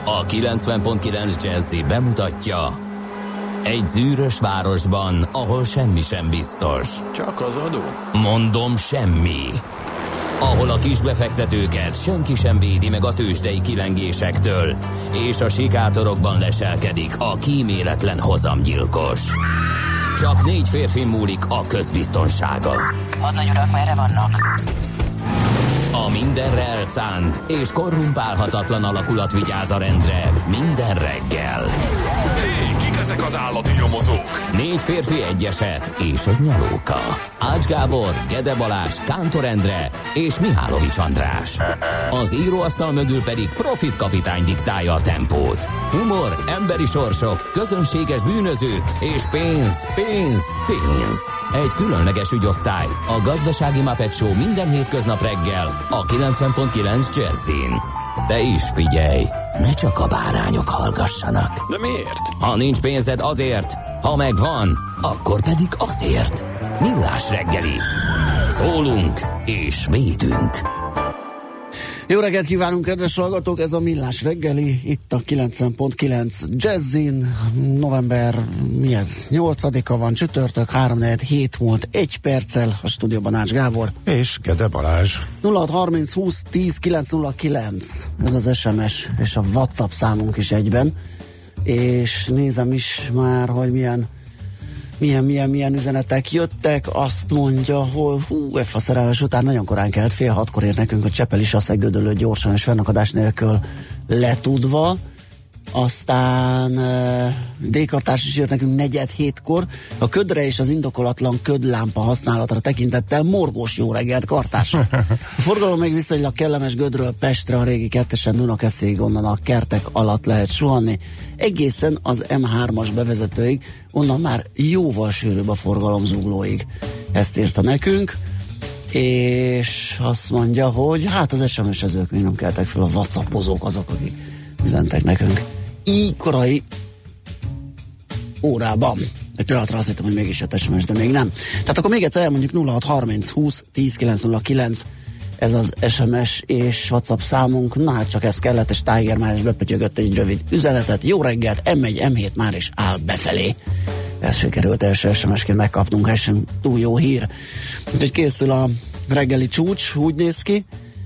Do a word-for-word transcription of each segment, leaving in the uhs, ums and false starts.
A kilencven pont kilenc Jazzy bemutatja: egy zűrös városban, ahol semmi sem biztos. Csak az adó? Mondom, semmi. Ahol a kisbefektetőket senki sem védi meg a tőzsdei kilengésektől, és a sikátorokban leselkedik a kíméletlen hozamgyilkos. Csak négy férfi múlik a közbiztonsága. Hadnagy urak, merre vannak? A mindenre elszánt és korrumpálhatatlan alakulat vigyáz a rendre minden reggel. Hé, kik ezek az állati nyomozók? Négy férfi, egy eset és egy nyalóka. Ács Gábor, Gede Balázs, Kántor Endre és Mihálovics András. Az íróasztal mögül pedig Profit kapitány diktálja a tempót. Humor, emberi sorsok, közönséges bűnözők és pénz, pénz, pénz. Egy különleges ügyosztály, a Gazdasági Muppet Show minden hétköznap reggel a kilencven pont kilenc Jazzin. De is figyelj, ne csak a bárányok hallgassanak. De miért? Ha nincs pénzed, azért, ha megvan, akkor pedig azért. Millás reggeli. Szólunk és védünk. Jó reggelt kívánunk, kedves hallgatók! Ez a Millás reggeli, itt a kilencven pont kilenc Jazzin. November, mi ez? nyolcadika van, csütörtök, három negyven hét múlt egy perccel, a stúdióban Ács Gábor. És Gede Balázs. nulla hat harminc húsz tíz kilenc nulla kilenc. Ez az es em es és a WhatsApp számunk is egyben. És nézem is már, hogy milyen milyen, milyen, milyen üzenetek jöttek. Azt mondja, hogy hú, F a szerelmes után nagyon korán kelt, fél hatkor ért nekünk, hogy Csepeli Sasszeg Gödöllő gyorsan és fennakadás nélkül letudva. Aztán uh, D-kartás is írt nekünk negyed hétkor. A ködre és az indokolatlan ködlámpa használatra tekintettel morgós jó reggelt, kartás. A forgalom még viszonylag kellemes Gödről Pestre, a régi kettesen Dunakeszéig, onnan a kertek alatt lehet suhanni. Egészen az em hármas bevezetőig, onnan már jóval sűrűbb a forgalom Zuglóig. Ezt írta nekünk. És azt mondja, hogy hát az es em es-ezők még nem keltek fel, a WhatsAppozók azok, akik üzentek nekünk így korai órában. Egy pillanatra azt hittem, hogy mégis jött es em es, de még nem. Tehát akkor még egyszer elmondjuk nulla hat harminc húsz tíz kilenc nulla kilenc, ez az es em es és WhatsApp számunk. Na hát csak ez kellett, és Tiger már is bepötyögött egy rövid üzenetet. Jó reggelt, em egy em hét már is áll befelé. Ez sikerült első es em es-ként megkapnunk, ez sem túl jó hír. Úgyhogy készül a reggeli csúcs, úgy néz ki.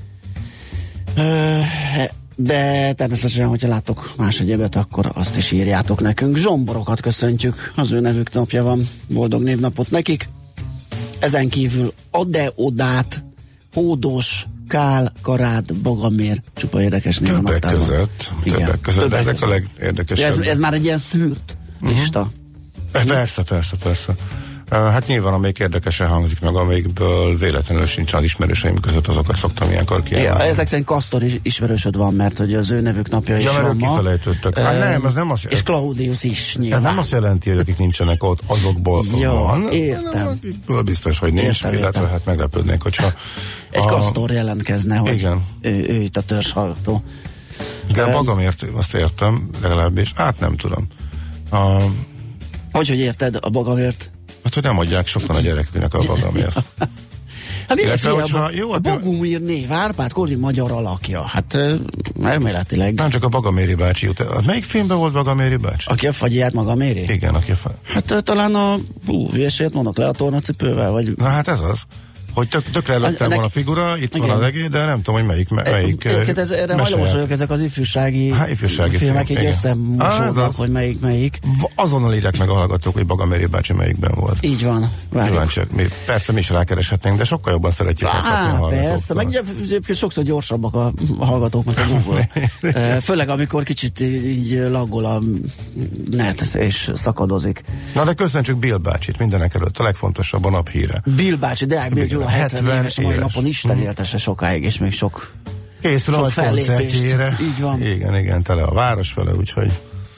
De természetesen, hogyha láttok más egyebet, akkor azt is írjátok nekünk. Zsomborokat köszöntjük, az ő nevük napja van, boldog névnapot nekik. Ezen kívül Ade-Odát, Hódos, Kál, Karád, Bagamér, csupa érdekes név a Többek között, többek között, de ezek a legérdekesebb. Ez, ez már egy ilyen szűrt lista. Uh-huh. Persze, persze, persze. Uh, hát nyilván, amelyik érdekesen hangzik meg, amelyikből véletlenül sincs az ismerőseim között, azokat szoktam ilyenkor kiemelni. Ja, ezek szerint Kasztor is ismerősöd van, mert hogy az ő nevük napja is ja, van ma. Kifelejtődtek. Hát nem, ez nem azt, és Claudius is nyilván. Ez nem azt jelenti, hogy akik nincsenek ott, azokból ja, van. Értem. Akikből biztos, hogy nincs, értem, illetve értem. hát meglepődnék, hogyha... Egy a... Kasztor jelentkezne, hogy igen. Ő, ő itt a törzshallgató. De um, magamért azt értem, legalábbis, hát nem tudom. A... Hogy, hogy érted a Bagamért? Hát, hogy nem adják sokan a gyereküknek a Bagamért. Hát mi illetve, a, hogyha, a, jó, a Bogumir név, Árpád Korvin magyar alakja. Hát elméletileg. Nem csak a Bagaméri bácsi jut. Melyik filmben volt Bagaméri bácsi? Aki a fagyját maga méri? Igen, aki a fa... Hát talán a hú, hülyeséget mondok le a tornacipővel, vagy... Na hát ez az. Hogy tök, tökre lettem volna a figura, itt igen. Van a regély, de nem tudom, hogy melyik, melyik Egyébként ez, erre hajlamos vagyok, ezek az ifjúsági, Há, ifjúsági filmek, film, így összemosódnak, hogy melyik melyik. Azonnal írják meg a hallgatók, hogy Bagaméri bácsi melyikben volt. Így van, várjuk. Csak, mi, persze mi is rákereshetnénk, de sokkal jobban szeretjük megkapni a hallgatóktól. Persze, meg ugye, sokszor gyorsabbak a hallgatók, mint a Google. Főleg, amikor kicsit így laggol a net, és szakadozik. Na de köszöntsük Bill bácsit mindenek előtt, a legfontosabb a nap híre. Bill bácsi, de még a hetven éves a mai napon, Isten éltesse sokáig, és még sok készül a koncertjére. Így van. Igen, igen, tele a város vele, úgyhogy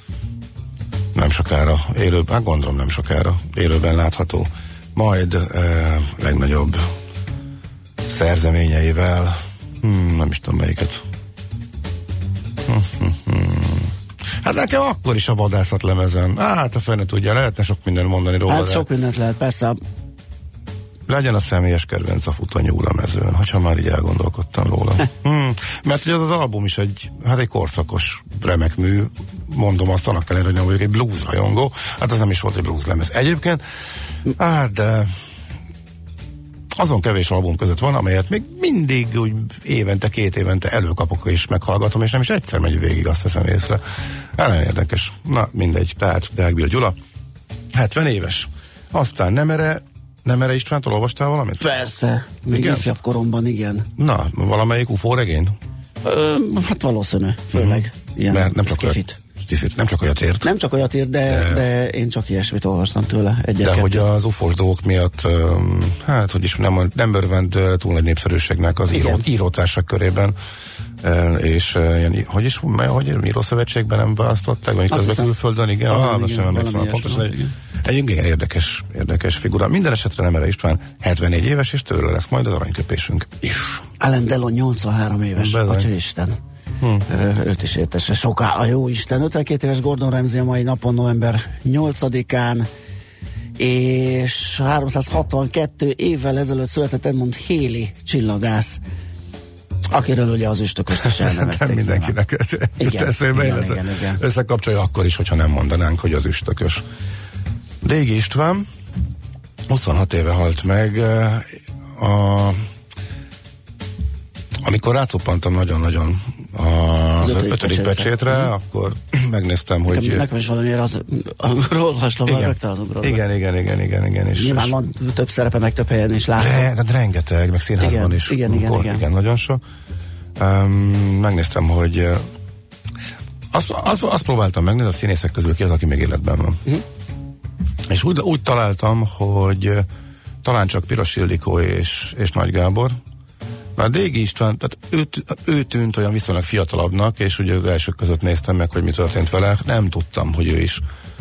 nem sokára élőben, hát gondolom nem sokára élőben látható. Majd eh, legnagyobb szerzeményeivel, hmm, nem is tudom melyiket. Hmm, hmm, hmm. Hát nekem akkor is a vadászat lemezen. Hát a fene tudja, lehetne sok minden mondani róla. Hát sok mindent lehet, persze. legyen a személyes kedvenc a futó nyúl a mezőn, hogyha már így elgondolkodtam róla. hmm, mert ugye az, az album is egy, hát egy korszakos remek mű, mondom azt, annak ellenére, hogy nem vagyok egy blues rajongó, hát az nem is volt egy blues lemez. Egyébként, hát de azon kevés album között van, amelyet még mindig úgy évente, két évente előkapok és meghallgatom, és nem is egyszer megy végig, azt veszem észre. Ellen érdekes. Na, mindegy. Tehát Deák Bill Gyula, hetven éves. Aztán Nemere, Nemere Istvántól olvastál valamit? Persze. Még ifjabb koromban, igen. Na, valamelyik u f o regény? Ö, hát valószínű, főleg. Uh-huh. Ilyen Mert nem csak skifit. Olyat, nem csak olyat ért. Nem csak olyat ért, de, de... de én csak ilyesmit olvastam tőle. De hogy az ufós dolgok miatt, hát, hogy is nem, nem örvend túl nagy népszerűségnek az író, írótársak körében, és ilyen, hogy is, hogy írószövetségben nem választották, vagy közben külföldön, igen, ah, most nem emlékszem pontosan, egy, egy igen érdekes, érdekes figura. Minden esetre Nemere István hetvennégy éves, és tőle lesz majd az aranyköpésünk is. Alain Delon nyolcvanhárom éves, Atyaisten. Hmm. Őt is értesse soká a jó Isten. ötvenkét éves Gordon Ramsay a mai napon, november nyolcadikán, és háromszázhatvankettő évvel ezelőtt született Edmund Halley csillagász, akiről ugye az üstököst is elnevezték. Nem mindenkinek eszébe, igen, igen, igen. Összekapcsolja akkor is, hogyha nem mondanánk, hogy az üstökös. Dégi István huszonhat éve halt meg. A amikor rácuppantam nagyon-nagyon az ötödik pecsétre, uh-huh. akkor megnéztem, nekem, hogy... Nekem is valamiért az, arról olvastam, igen. rögtön az ugrott. Igen, igen, igen, igen, igen. És, nyilván van több szerepe, meg több helyen is látom. Re, de rengeteg, meg színházban igen, is. Igen, igen, akkor, igen. igen, nagyon sok. Um, megnéztem, hogy uh, azt, azt, azt próbáltam megnézni, a színészek közül ki az, aki még életben van. Uh-huh. És úgy, úgy találtam, hogy uh, talán csak Piros Ildikó és, és Nagy Gábor. Már Dégi István, tehát ő, ő tűnt olyan viszonylag fiatalabbnak, és ugye az elsők között néztem meg, hogy mi történt vele. Nem tudtam, hogy ő is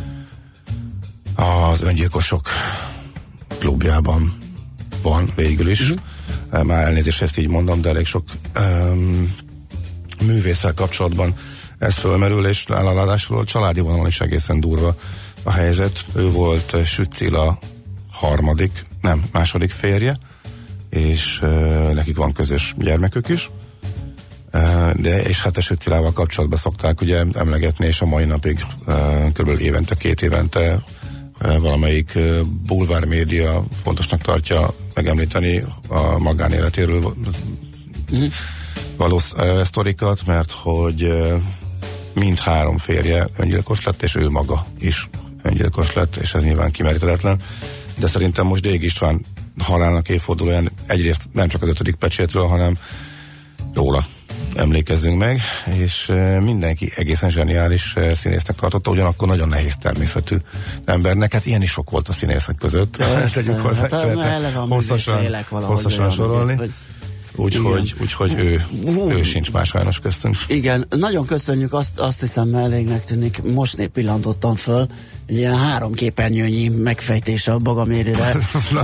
az öngyilkosok klubjában van végül is. Uh-huh. Már elnézést, ezt így mondom, de elég sok um, művésszel kapcsolatban ez fölmerül, és ráadásul a családi vonalon is egészen durva a helyzet. Ő volt Süt Cilla harmadik, nem, második férje, és uh, nekik van közös gyermekük is, uh, de és hát a Süt Cillával kapcsolatban szokták ugye emlegetni, és a mai napig uh, kb. évente, két évente uh, valamelyik uh, bulvár média fontosnak tartja megemlíteni a magánéletéről mm. való uh, sztorikat, mert hogy uh, mindhárom férje öngyilkos lett, és ő maga is öngyilkos lett, és ez nyilván kimeríthetetlen, de szerintem most Dégi István halálnak évfordulóján egyrészt nem csak az ötödik pecsétről, hanem róla emlékezzünk meg, és uh, mindenki egészen zseniális uh, színésznek tartotta, ugyanakkor nagyon nehéz természetű embernek, hát ilyen is sok volt a színészek között. Tegyük hozzá, hát hosszasan, hosszasan sorolni. Hogy... Úgyhogy úgy, úgy, ő, ő sincs már sajnos köztünk. Igen, nagyon köszönjük, azt, azt hiszem melléknek tűnik, most né pillantottam föl, egy ilyen három képernyőnyi megfejtése a Bagamérire.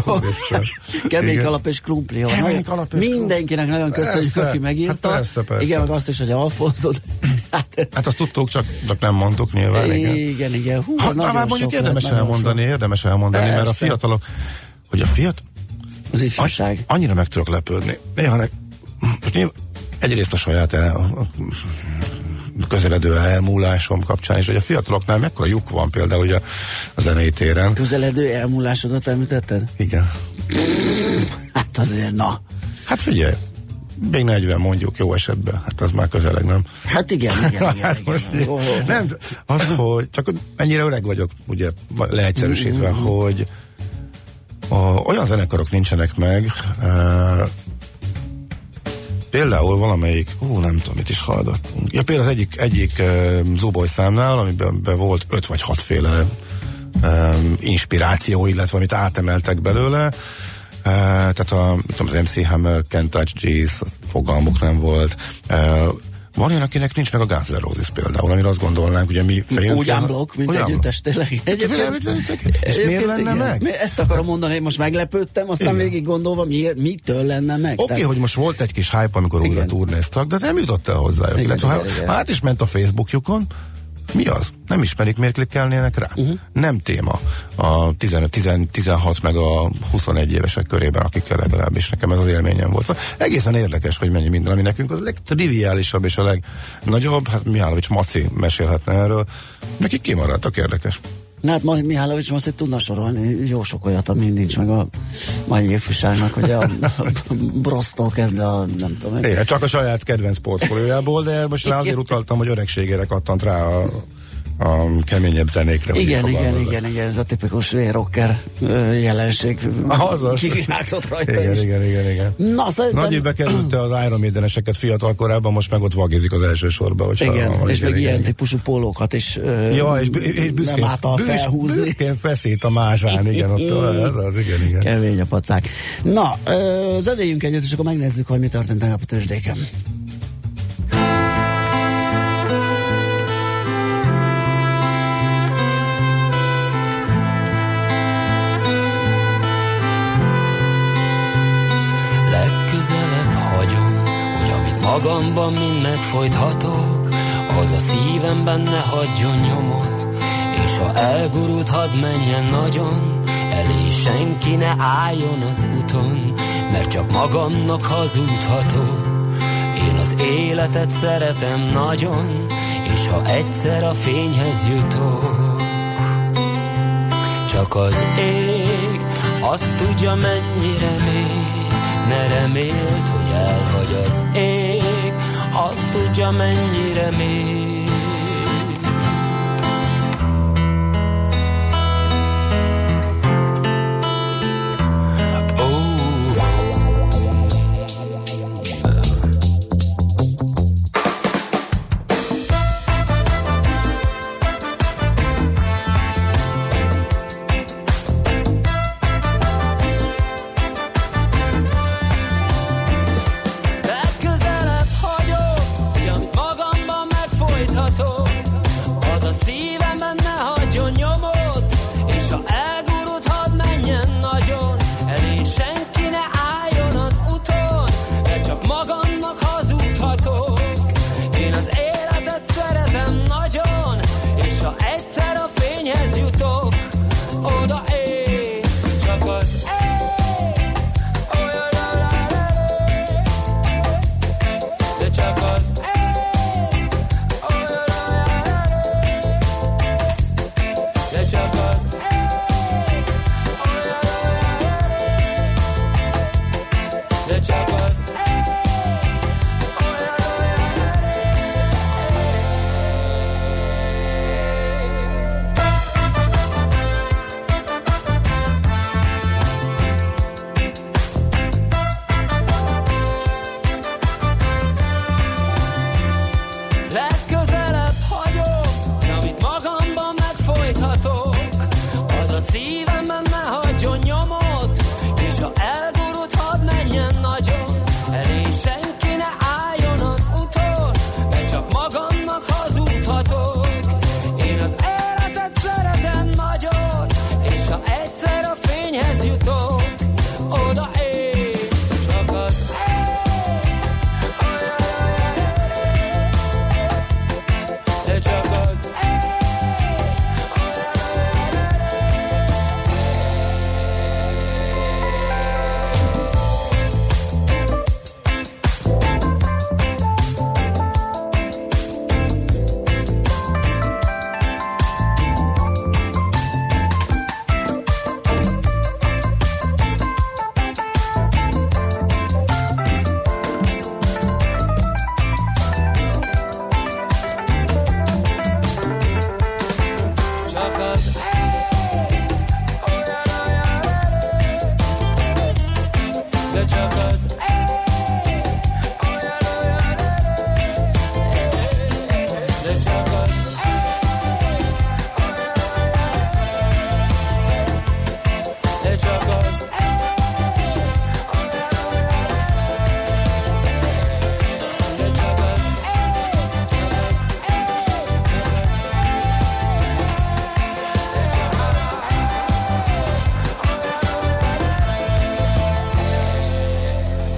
Kemény kalap és krumpli. Kemény kalap és mindenkinek krumpli. Nagyon köszönjük, persze, aki megírta. Hát persze, persze. Igen, meg azt is, hogy Alfonszod. hát, hát azt tudtuk, csak, csak nem mondtuk nyilván. Igen, igen. igen. Hú, hát, már mondjuk érdemes lehet, elmondani, érdemes elmondani, persze. Mert a fiatalok, hogy a fiatal az ifjúság. Annyira meg tudok lepődni. Néha ne, egyrészt a saját el, a közeledő elmúlásom kapcsán, és hogy a fiataloknál mekkora lyuk van például ugye a zenei téren. Közeledő elmúlásodat említetted? Igen. Hát azért, na. Hát figyelj, még negyven mondjuk jó esetben, hát az már közeleg, nem? Hát igen, igen, igen. hát igen, most igen. Oh, oh. Nem, az, hogy csak ennyire öreg vagyok, ugye leegyszerűsítve, mm-hmm. hogy a, olyan zenekarok nincsenek meg, uh, például valamelyik, ú, nem tudom, mit is hallgattunk. Ja, például az egyik, egyik uh, Zuboly számnál, amiben be volt öt vagy hatféle um, inspiráció, illetve amit átemeltek belőle. Uh, tehát a, tudom, az em cé Hammer, Kentucky Jazz, fogalmuk nem volt. Uh, Van olyan, akinek nincs meg a Guns N' Roses például, amire azt gondolnánk, ugye mi fejünk... Úgy unblock, mint együttes, tényleg. És miért lenne meg? Ezt akarom mondani, hogy most meglepődtem, aztán végig gondolva, miért, mitől lenne meg. Oké, okay, hogy most volt egy kis hype, amikor újra turnéztak, de nem jutott el hozzájuk. Igen, illetve, igen, ha, igen. hát is ment a Facebookjukon, Mi az? Nem ismerik, miért klikkelnének rá? Uh-huh. Nem téma a tizenöt, tizenhat meg a huszonegy évesek körében, akikkel legalábbis nekem ez az élményem volt. Szóval egészen érdekes, hogy mennyi minden, ami nekünk az a legtriviálisabb és a legnagyobb, hát Mihálovics Maci mesélhetne erről, nekik kimaradtak, érdekes. Na hát majd Mihálovics most tudna sorolni jó sok olyat, ami nincs meg a mai évfűságnak, hogy a, a brosztól kezdve a nem tudom. Igen, csak a saját kedvenc portfóliójából, de most rá azért utaltam, hogy öregségére kattant rá a, a keményebb zenékre. Igen, igen, igen, igen, ez a tipikus rocker jelenség kivirágzott rajta igen, is. Igen, igen, igen. Na, szerintem... Nagy évbe kerülte az Iron Maiden-eseket fiatal korában, most meg ott vagizik az első sorba. Igen, a, és igen, még igen, ilyen típusú pólókat is ja, és, és büszkén, nem által felhúzni. Büszkén feszít a mázsán, igen, ott az, az, igen, igen. Kemény a pacák. Na, zenéljünk egyet, és akkor megnézzük, hogy mi történt tegnap a tőzsdéken. Magamban mind megfojthatok, az a szívemben ne hagyjon nyomot, és ha elgurult, hadd menjen nagyon, elé senki ne álljon az úton, mert csak magamnak hazudhatok. Én az életet szeretem nagyon, és ha egyszer a fényhez jutok, csak az ég azt tudja, mennyire még. Ne reméld, hogy elhagy az ég, azt tudja, mennyire még.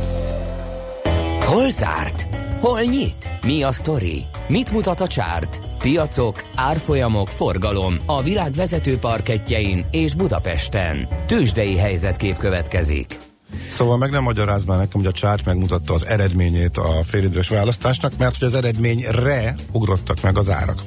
Hol zárt? Hol nyit? Mi a sztori? Mit mutat a csárt? piacok, árfolyamok, forgalom a világ vezető parkettjein és Budapesten. Tőzsdei helyzetkép következik. Szóval meg nem magyaráz már nekem, hogy a csárt megmutatta az eredményét a félidős választásnak, mert hogy az eredményre ugrottak meg az árak.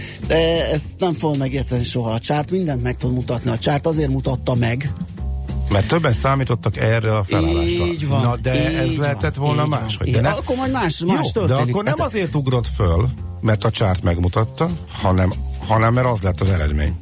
De ezt nem fogom megérteni soha. A csárt mindent meg tud mutatni. A csárt azért mutatta meg, mert többen számítottak erre a felállásra. Így van. Na de ez így lehetett van, volna így máshogy. Van, de ne... ne... Akkor majd más, más Jó, történik. de akkor nem hát... azért ugrott föl, mert a csárt megmutatta, hanem, hanem mert az lett az eredmény.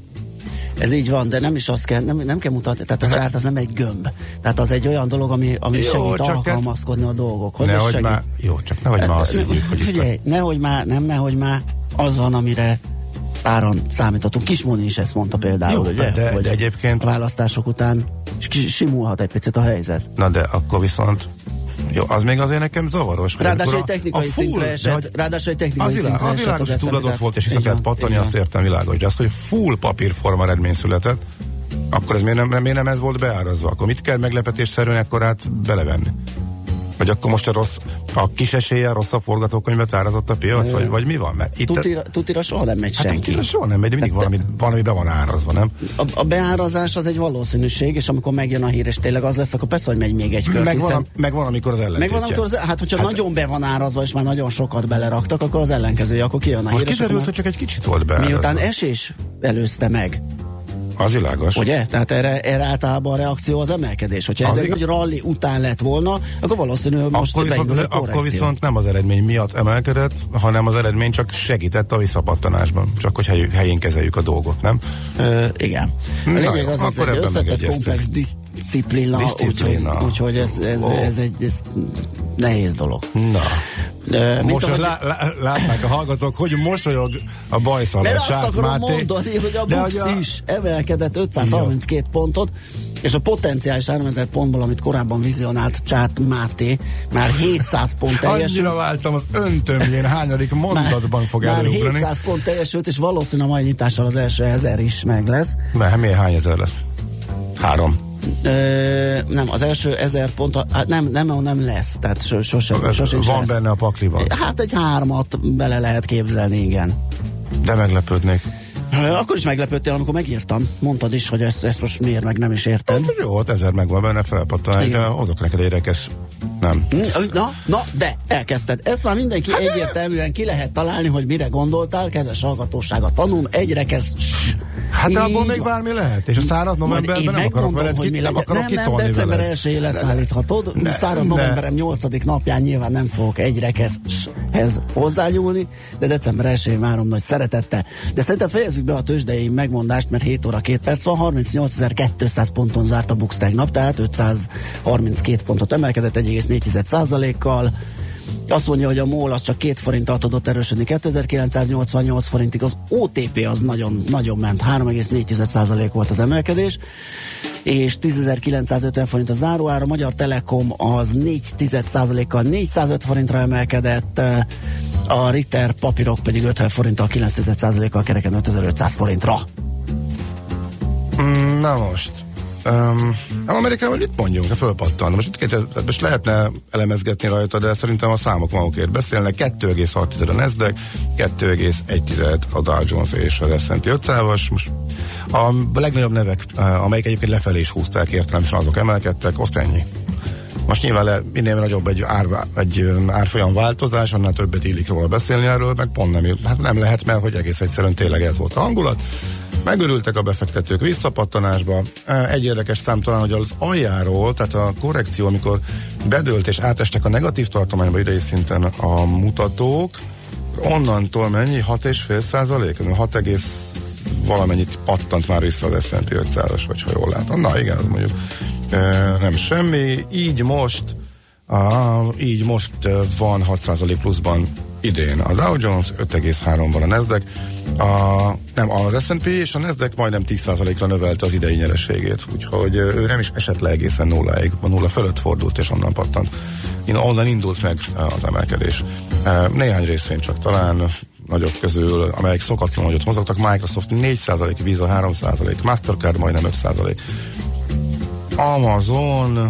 Ez így van, de nem is azt kell, nem, nem kell mutatni, tehát a csárt az nem egy gömb. Tehát az egy olyan dolog, ami, ami jó, segít alkalmazkodni a dolgokhoz. Nehogy már, jó, csak nehogy már azt hívjuk, hogy figyelj, itt nehogy már, nem, nehogy már az van, amire áron számítottunk. Kismoni is ezt mondta például, jó, ugye? De, hogy de egyébként a választások után simulhat egy picit a helyzet. Na de akkor viszont jó, az még azért nekem zavaros. Ráadásul egy technikai szintre esett. Ráadásul egy technikai az szintre az esett. Világos, hogy tudatot volt, és vissza kellett pattani, azt értem világos. De azt, hogy full papírforma eredmény született, akkor ez miért nem, miért nem ez volt beárazva? Akkor mit kell meglepetésszerűen ekkorát belevenni? Vagy akkor most a rossz, a kis eséllyel rosszabb forgatókönyvet árazott a piac? Vagy, vagy mi van? Mert itt tutira, tutira soha nem megy hát senki. Tutira soha nem megy, de mindig valami, valami be van árazva, nem? A, a beárazás az egy valószínűség, és amikor megjön a hír, és tényleg az lesz, akkor persze, hogy megy még egy kör. Meg, hiszen... van, meg van, amikor az ellentétje. Meg van, amikor az, hát hogyha hát, nagyon be van árazva, és már nagyon sokat beleraktak, akkor az ellenkezője, akkor kijön a hír. Most kiderült, hogy csak egy kicsit volt beárazva. Miután esés előzte meg. Az világos. Ugye? Tehát erre, erre általában a reakció az emelkedés. Hogyha ez egy nagy rally után lett volna, akkor valószínűleg most akkor viszont, le, akkor viszont nem az eredmény miatt emelkedett, hanem az eredmény csak segített a visszapattanásban. Csak hogy hely, helyén kezeljük a dolgot, nem? Ö, igen. A lényeg jó, az, az egy összetett komplex diszciplina, úgyhogy úgy, úgy ez, ez, oh. ez egy ez nehéz dolog. Na. De, most ahogy... lá, lá, látnák a hallgatók, hogy mosolyog a bajszal. Mert azt akarom Máté, mondani, hogy a BUX a... is emelkedett ötszázharminckét jó. pontot, és a potenciális háromezer pontból, amit korábban vizionált Csárt Máté, már hétszáz pont teljesült. Annyira váltam az öntömjén, hányadik mondatban fog már előugrani. Már hétszáz pont teljesült, és valószínűleg a mai nyitással az első ezer is meg lesz. Mert miért hány ezer lesz? Három. Ö, nem, az első ezer pont, hát nem, nem, nem lesz, tehát sosem, sosem van lesz. Benne a pakliban. Hát egy hármat bele lehet képzelni, igen. De meglepődnék. Akkor is meglepődtél, amikor megírtam. Mondtad is, hogy ezt, ezt most miért meg nem is érted. Hát, jó, hát ezer megvan benne, felpattan, hozok neked érdekes. Nem. Na, na, de elkezdted. Ezt már mindenki hát, egyértelműen ki lehet találni, hogy mire gondoltál, kedves hallgatóság, a tanúm egyre kezd. Hát abból még bármi lehet. És a száraz novemberben nem akarok veled ki, nem akarok nem, nem, december elsején leszállíthatod. Ne, száraz ne. novemberem nyolcadik napján nyilván nem fogok egy rekeszhez hozzányúlni, de december elsején várom nagy szeretettel. De szerintem fejezzük be a tőzsdei megmondást, mert hét óra két perc van, harmincnyolcezer-kétszáz ponton zárt a BUX tegnap, tehát ötszázharminckét pontot emelkedett egy egész négy százalékkal. Azt mondja, hogy a MOL az csak két forinttal tudott erősödni kétezer-kilencszáznyolcvannyolc forintig, az o té pé az nagyon, nagyon ment, három egész négy százalék volt az emelkedés, és tízezer-kilencszázötven forint a záróára, a Magyar Telekom az négy százalékkal négyszázöt forintra emelkedett, a Ritter papírok pedig ötven forinttal kilenc százalékkal kereken ötezer-ötszáz forintra. Na most Um, Amerikában mit mondjunk, a fölpattan. Most, itt, most lehetne elemezgetni rajta, de szerintem a számok magukért beszélnek. kettő egész hat a Nasdaq, kettő egész egy a Dow Jones és az es and pé ötszázas. Most a legnagyobb nevek, amelyek egyébként lefelé is húzták értelemszerűen, azok emelkedtek, azt ennyi. Most nyilván le, minél nagyobb egy, ár, egy árfolyam változás, annál többet illik róla beszélni erről, meg pont nem, hát nem lehet, mert hogy egész egyszerűen tényleg ez volt a hangulat. Megörültek a befektetők visszapattanásba. Egy érdekes szám talán, hogy az aljáról, tehát a korrekció, amikor bedőlt és átestek a negatív tartományba idei szinten a mutatók, onnantól mennyi? hat egész öt százalék? hat egész valamennyit pattant már vissza az es and pé ötszázas, vagy ha jól látom. Na igen, az mondjuk e, nem semmi. Így most á, így most van hat százalék pluszban idén a Dow Jones, öt egész három van a Nasdaq, a, nem, az es and pé és a Nasdaq majdnem tíz százalékra növelte az idei nyereségét, úgyhogy ő nem is esett le egészen nulláig, a nulla fölött fordult és onnan pattant. Onnan indult meg az emelkedés. Néhány részvény csak talán nagyobb közül, amelyek szokatlan nagyot mozogtak, Microsoft négy százalék, Visa három százalék, Mastercard majdnem öt százalék. Amazon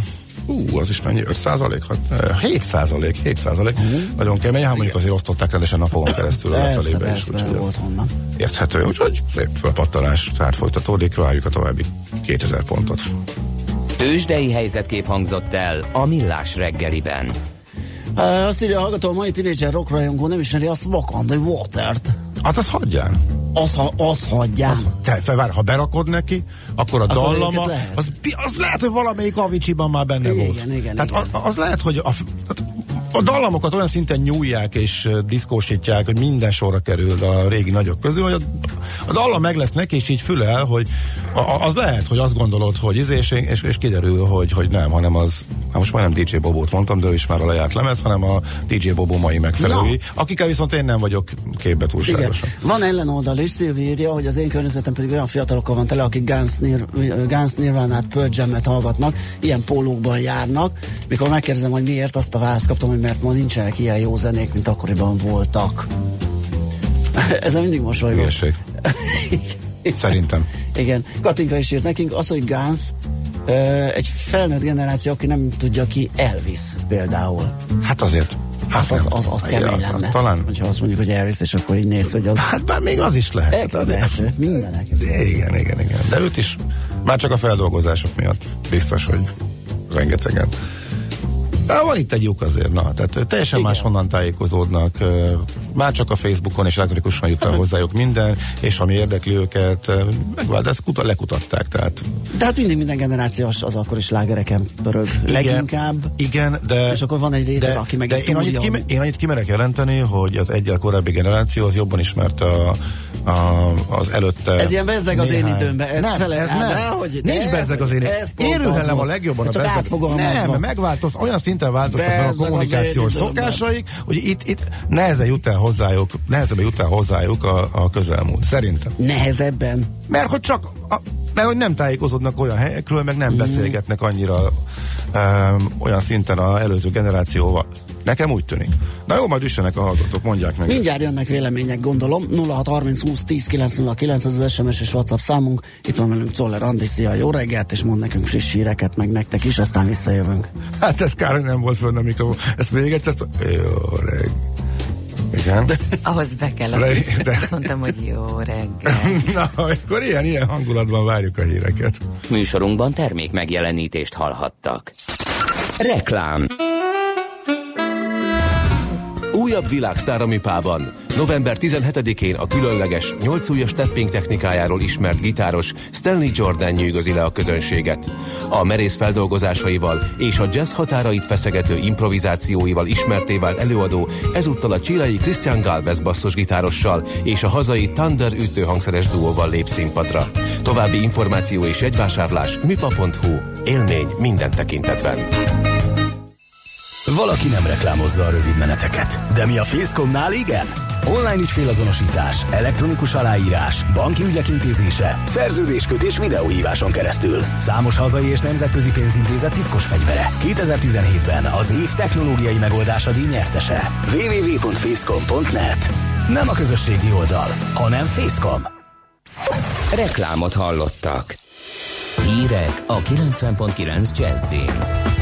hú, az is mennyi, öt százalék? hét százalék, hét százalék. Uh-huh. Nagyon kemény, hát mondjuk azért osztották rendesen napon keresztül a lefelébe is. Persze, volt honnan. Érthető, úgyhogy szép fölpattanás, tehát folytatódik, várjuk a további kétezer pontot. Tőzsdei helyzetkép hangzott el a Millás reggeliben. Uh, azt írja a hallgató, a mai tínédzser rockrajongó nem ismeri a Smoke on the Water-t. Hát az hagyján. Az, ha, az hagyján. Az, te, felvár, ha berakod neki, akkor a akkor dallama, lehet. Az, az lehet, hogy valamelyik Avicii-ban már benne igen, volt. Igen, igen, Tehát igen. Az, az lehet, hogy a, a dallamokat olyan szinten nyúlják és uh, diszkósítják, hogy minden sorra kerül a régi nagyok közül, hogy a, a dallam meg lesz neki, és így fülel, hogy a, a, az lehet, hogy azt gondolod, hogy izés, és, és kiderül, hogy, hogy nem, hanem az, hát most már nem dé dzsé Bobót mondtam, de ő is már a lejárt lemez, hanem a dé dzsé Bobó mai megfelelői, no. akikkel viszont én nem vagyok képbe túlságosan. Igen. Van ellenoldal is, Szilvi írja, hogy az én környezetem pedig olyan fiatalokkal van tele, akik Guns, Nir, Guns Nirvánát, Pearl Jam-et hallgatnak, ilyen pólókban járnak. Mikor megkérdezem, hogy miért, azt a választ kaptam, hogy mert ma nincsenek ilyen jó zenék, mint akkoriban voltak. Ezen mindig mosolygok. Hülyeség. Szerintem. Igen. Katinka is írt nekünk, az, hogy Guns egy felnőtt generáció, aki nem tudja ki Elvis például. Hát azért. Hát, hát az, az, az kemény ja, lenne. Talán. Hogyha azt mondjuk, hogy Elvis, és akkor így néz, hogy az... Hát bár még az is lehet. Elképzelhető. Mindenek. Igen, igen, igen. De őt is már csak a feldolgozások miatt biztos, hogy rengetegen. De van itt egy lyuk azért, na, tehát teljesen igen. máshonnan tájékozódnak, már csak a Facebookon és elektronikusan jut el hozzájuk minden, és ami érdekli őket, megvált, ezt kuta, lekutatták, tehát. De hát mindig minden generációs az akkor is slágereken pörög igen, leginkább. Igen, de... És akkor van egy réteg, aki meg de én annyit, kime, én annyit kimerek jelenteni, hogy az egyel korábbi generáció az jobban ismerte a A, az előtte. Ez ilyen bezzeg az néhány... én időmben. Ez nem, fele, ez nem. De, hogy Nincs de, bezzeg az én időmben. Érülhellem a legjobban a bezzeg. Nem, megváltozt, olyan szinten változtak meg a kommunikációs szokásaik, hogy itt, itt nehezen jut el hozzájuk, nehezebben jut el hozzájuk a, a közelmúlt. Szerintem. Nehezebben? Mert hogy csak a, mert hogy nem tájékozódnak olyan helyekről, meg nem mm. beszélgetnek annyira um, olyan szinten az előző generációval. Nekem úgy tűnik. Na jó, majd üssenek a hallgatók, mondják meg. Mindjárt jönnek vélemények, gondolom. nulla hat harminc húsz tíz kilenc nulla kilenc, ez az es em es és WhatsApp számunk. Itt van velünk Czoller Andi, szia, jó reggelt, és mond nekünk friss híreket, meg nektek is, aztán visszajövünk. Hát ez kár, hogy nem volt fönn a mikrofon. Ezt még egyszer... Jó reggelt. Igen. De, ahhoz be kell adni. De... Azt mondtam, hogy jó reggel. Na, akkor ilyen, ilyen hangulatban várjuk a híreket. Műsorunkban termék megjelenítést hallhattak. Reklám. Újabb világsztár a Műpában. november tizenhetedikén a különleges, nyolc ujjas tapping technikájáról ismert gitáros Stanley Jordan nyűgözi le a közönséget. A merész feldolgozásaival és a jazz határait feszegető improvizációival ismerté vált előadó ezúttal a chilei Christian Galvez basszusgitárossal és a hazai Thunder ütőhangszeres duóval lép színpadra. További információ és jegyvásárlás műpa pont hu. Élmény minden tekintetben. Valaki nem reklámozza a rövid meneteket, de mi a Facecomnál igen? Online ügyfélazonosítás, elektronikus aláírás, banki ügyek intézése, szerződéskötés videóhíváson keresztül. Számos hazai és nemzetközi pénzintézet titkos fegyvere. kétezer-tizenhétben az év technológiai megoldása díj nyertese. double-u double-u double-u pont facecom pont net. Nem a közösségi oldal, hanem Facecom. Reklámot hallottak. Hírek a kilencven pont kilenc Jazzin.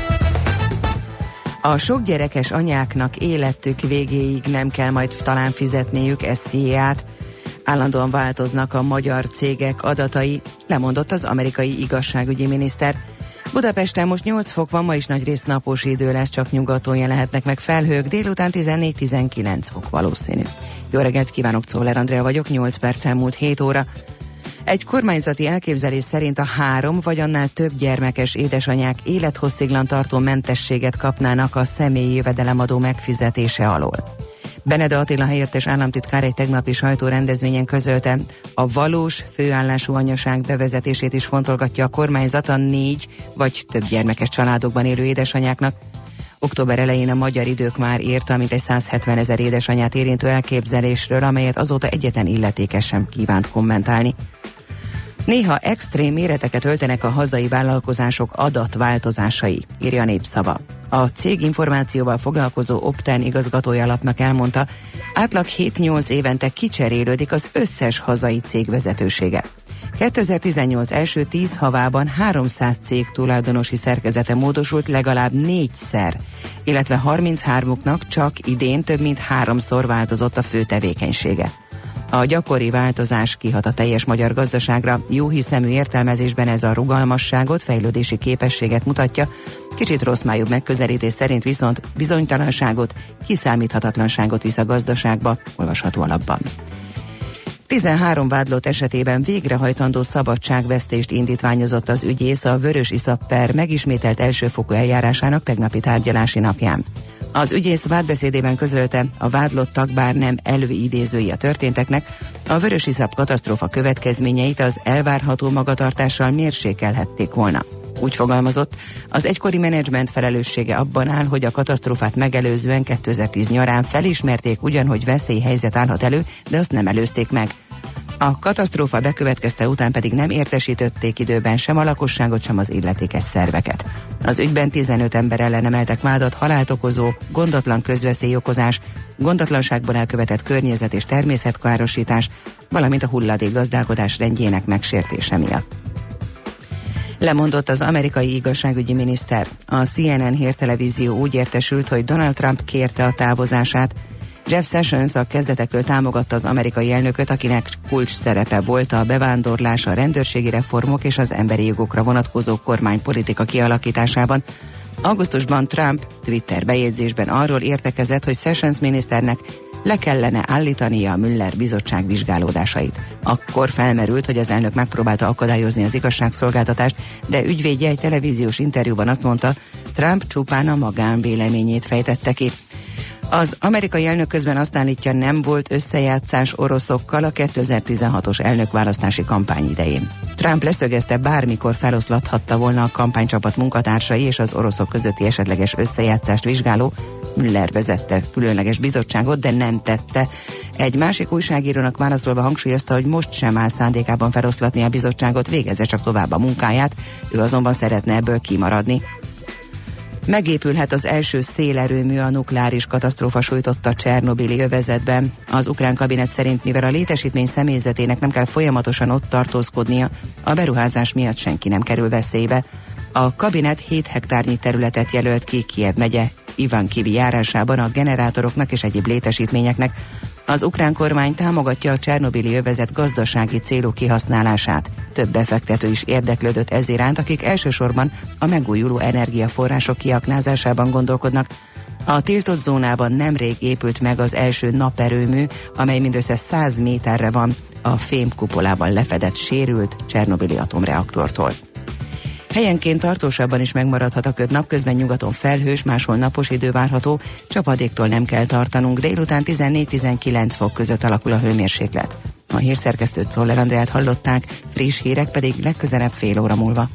A sokgyerekes anyáknak életük végéig nem kell majd talán fizetniük es zé é-át. Állandóan változnak a magyar cégek adatai, lemondott az amerikai igazságügyi miniszter. Budapesten most nyolc fok van, ma is nagyrészt napos idő lesz, csak nyugaton jelenhetnek meg felhők, délután tizennégy-tizenkilenc fok valószínű. Jó reggelt kívánok, Czoller Andrea vagyok, nyolc perc elmúlt hét óra. Egy kormányzati elképzelés szerint a három vagy annál több gyermekes édesanyák élethossziglan tartó mentességet kapnának a személyi jövedelemadó megfizetése alól. Beneda Attila helyettes államtitkár egy tegnapi sajtórendezvényen közölte, a valós főállású anyaság bevezetését is fontolgatja a kormányzat a négy vagy több gyermekes családokban élő édesanyáknak. Október elején a Magyar Idők már írta, mint egy százhetven ezer édesanyát érintő elképzelésről, amelyet azóta egyetlen illetékes sem kívánt kommentálni. Néha extrém méreteket öltenek a hazai vállalkozások adatváltozásai, írja a Népszava. A cég információval foglalkozó Opten igazgatója lapnak elmondta, átlag hét-nyolc évente kicserélődik az összes hazai cég vezetősége. kétezer-tizennyolc első tíz havában háromszáz cég tulajdonosi szerkezete módosult legalább négyszer, illetve harminchármuknak csak idén több mint háromszor változott a fő tevékenysége. A gyakori változás kihat a teljes magyar gazdaságra, jóhiszemű értelmezésben ez a rugalmasságot, fejlődési képességet mutatja, kicsit rosszmájú megközelítés szerint viszont bizonytalanságot, kiszámíthatatlanságot visz a gazdaságba, olvasható alapban. tizenhárom vádlott esetében végrehajtandó szabadságvesztést indítványozott az ügyész a Vörösiszap per megismételt elsőfokú eljárásának tegnapi tárgyalási napján. Az ügyész vádbeszédében közölte, a vádlottak bár nem előidézői a történteknek, a Vörösiszap katasztrófa következményeit az elvárható magatartással mérsékelhették volna. Úgy fogalmazott, az egykori menedzsment felelőssége abban áll, hogy a katasztrófát megelőzően kétezer-tíz nyarán felismerték ugyan, hogy veszélyhelyzet állhat elő, de azt nem előzték meg. A katasztrófa bekövetkezte után pedig nem értesítették időben sem a lakosságot, sem az illetékes szerveket. Az ügyben tizenöt ember ellen emeltek vádat halált okozó, gondatlan közveszélyokozás, gondatlanságban elkövetett környezet- és természetkárosítás, valamint a hulladék gazdálkodás rendjének megsértése miatt. Lemondott az amerikai igazságügyi miniszter. A C N N hírtelevízió úgy értesült, hogy Donald Trump kérte a távozását. Jeff Sessions a kezdetektől támogatta az amerikai elnököt, akinek kulcs szerepe volt a bevándorlás, a rendőrségi reformok és az emberi jogokra vonatkozó kormánypolitika kialakításában. Augusztusban Trump Twitter bejegyzésben arról értekezett, hogy Sessions miniszternek le kellene állítania a Mueller bizottság vizsgálódásait. Akkor felmerült, hogy az elnök megpróbálta akadályozni az igazságszolgáltatást, de ügyvédje egy televíziós interjúban azt mondta, Trump csupán a magánvéleményét fejtette ki. Az amerikai elnök közben azt állítja, nem volt összejátszás oroszokkal a kétezer-tizenhatos elnökválasztási kampány idején. Trump leszögezte, bármikor feloszlathatta volna a kampánycsapat munkatársai és az oroszok közötti esetleges összejátszást vizsgáló Mueller vezette különleges bizottságot, de nem tette. Egy másik újságírónak válaszolva hangsúlyozta, hogy most sem áll szándékában feloszlatni a bizottságot, végezze csak tovább a munkáját, ő azonban szeretne ebből kimaradni. Megépülhet az első szélerőmű a nukleáris katasztrófa sújtotta Csernobili övezetben. Az ukrán kabinet szerint, mivel a létesítmény személyzetének nem kell folyamatosan ott tartózkodnia, a beruházás miatt senki nem kerül veszélybe. A kabinet hét hektárnyi területet jelölt ki Kijev megye Ivánkivi járásában a generátoroknak és egyéb létesítményeknek. Az ukrán kormány támogatja a Csernobili övezet gazdasági célú kihasználását. Több befektető is érdeklődött ez iránt, akik elsősorban a megújuló energiaforrások kiaknázásában gondolkodnak. A tiltott zónában nemrég épült meg az első naperőmű, amely mindössze száz méterre van a fémkupolában lefedett sérült Csernobili atomreaktortól. Helyenként tartósabban is megmaradhat a köd, napközben nyugaton felhős, máshol napos idő várható, csapadéktól nem kell tartanunk, délután tizennégy-tizenkilenc fok között alakul a hőmérséklet. A hírszerkesztőt, Czoller Andreát hallották, friss hírek pedig legközelebb fél óra múlva.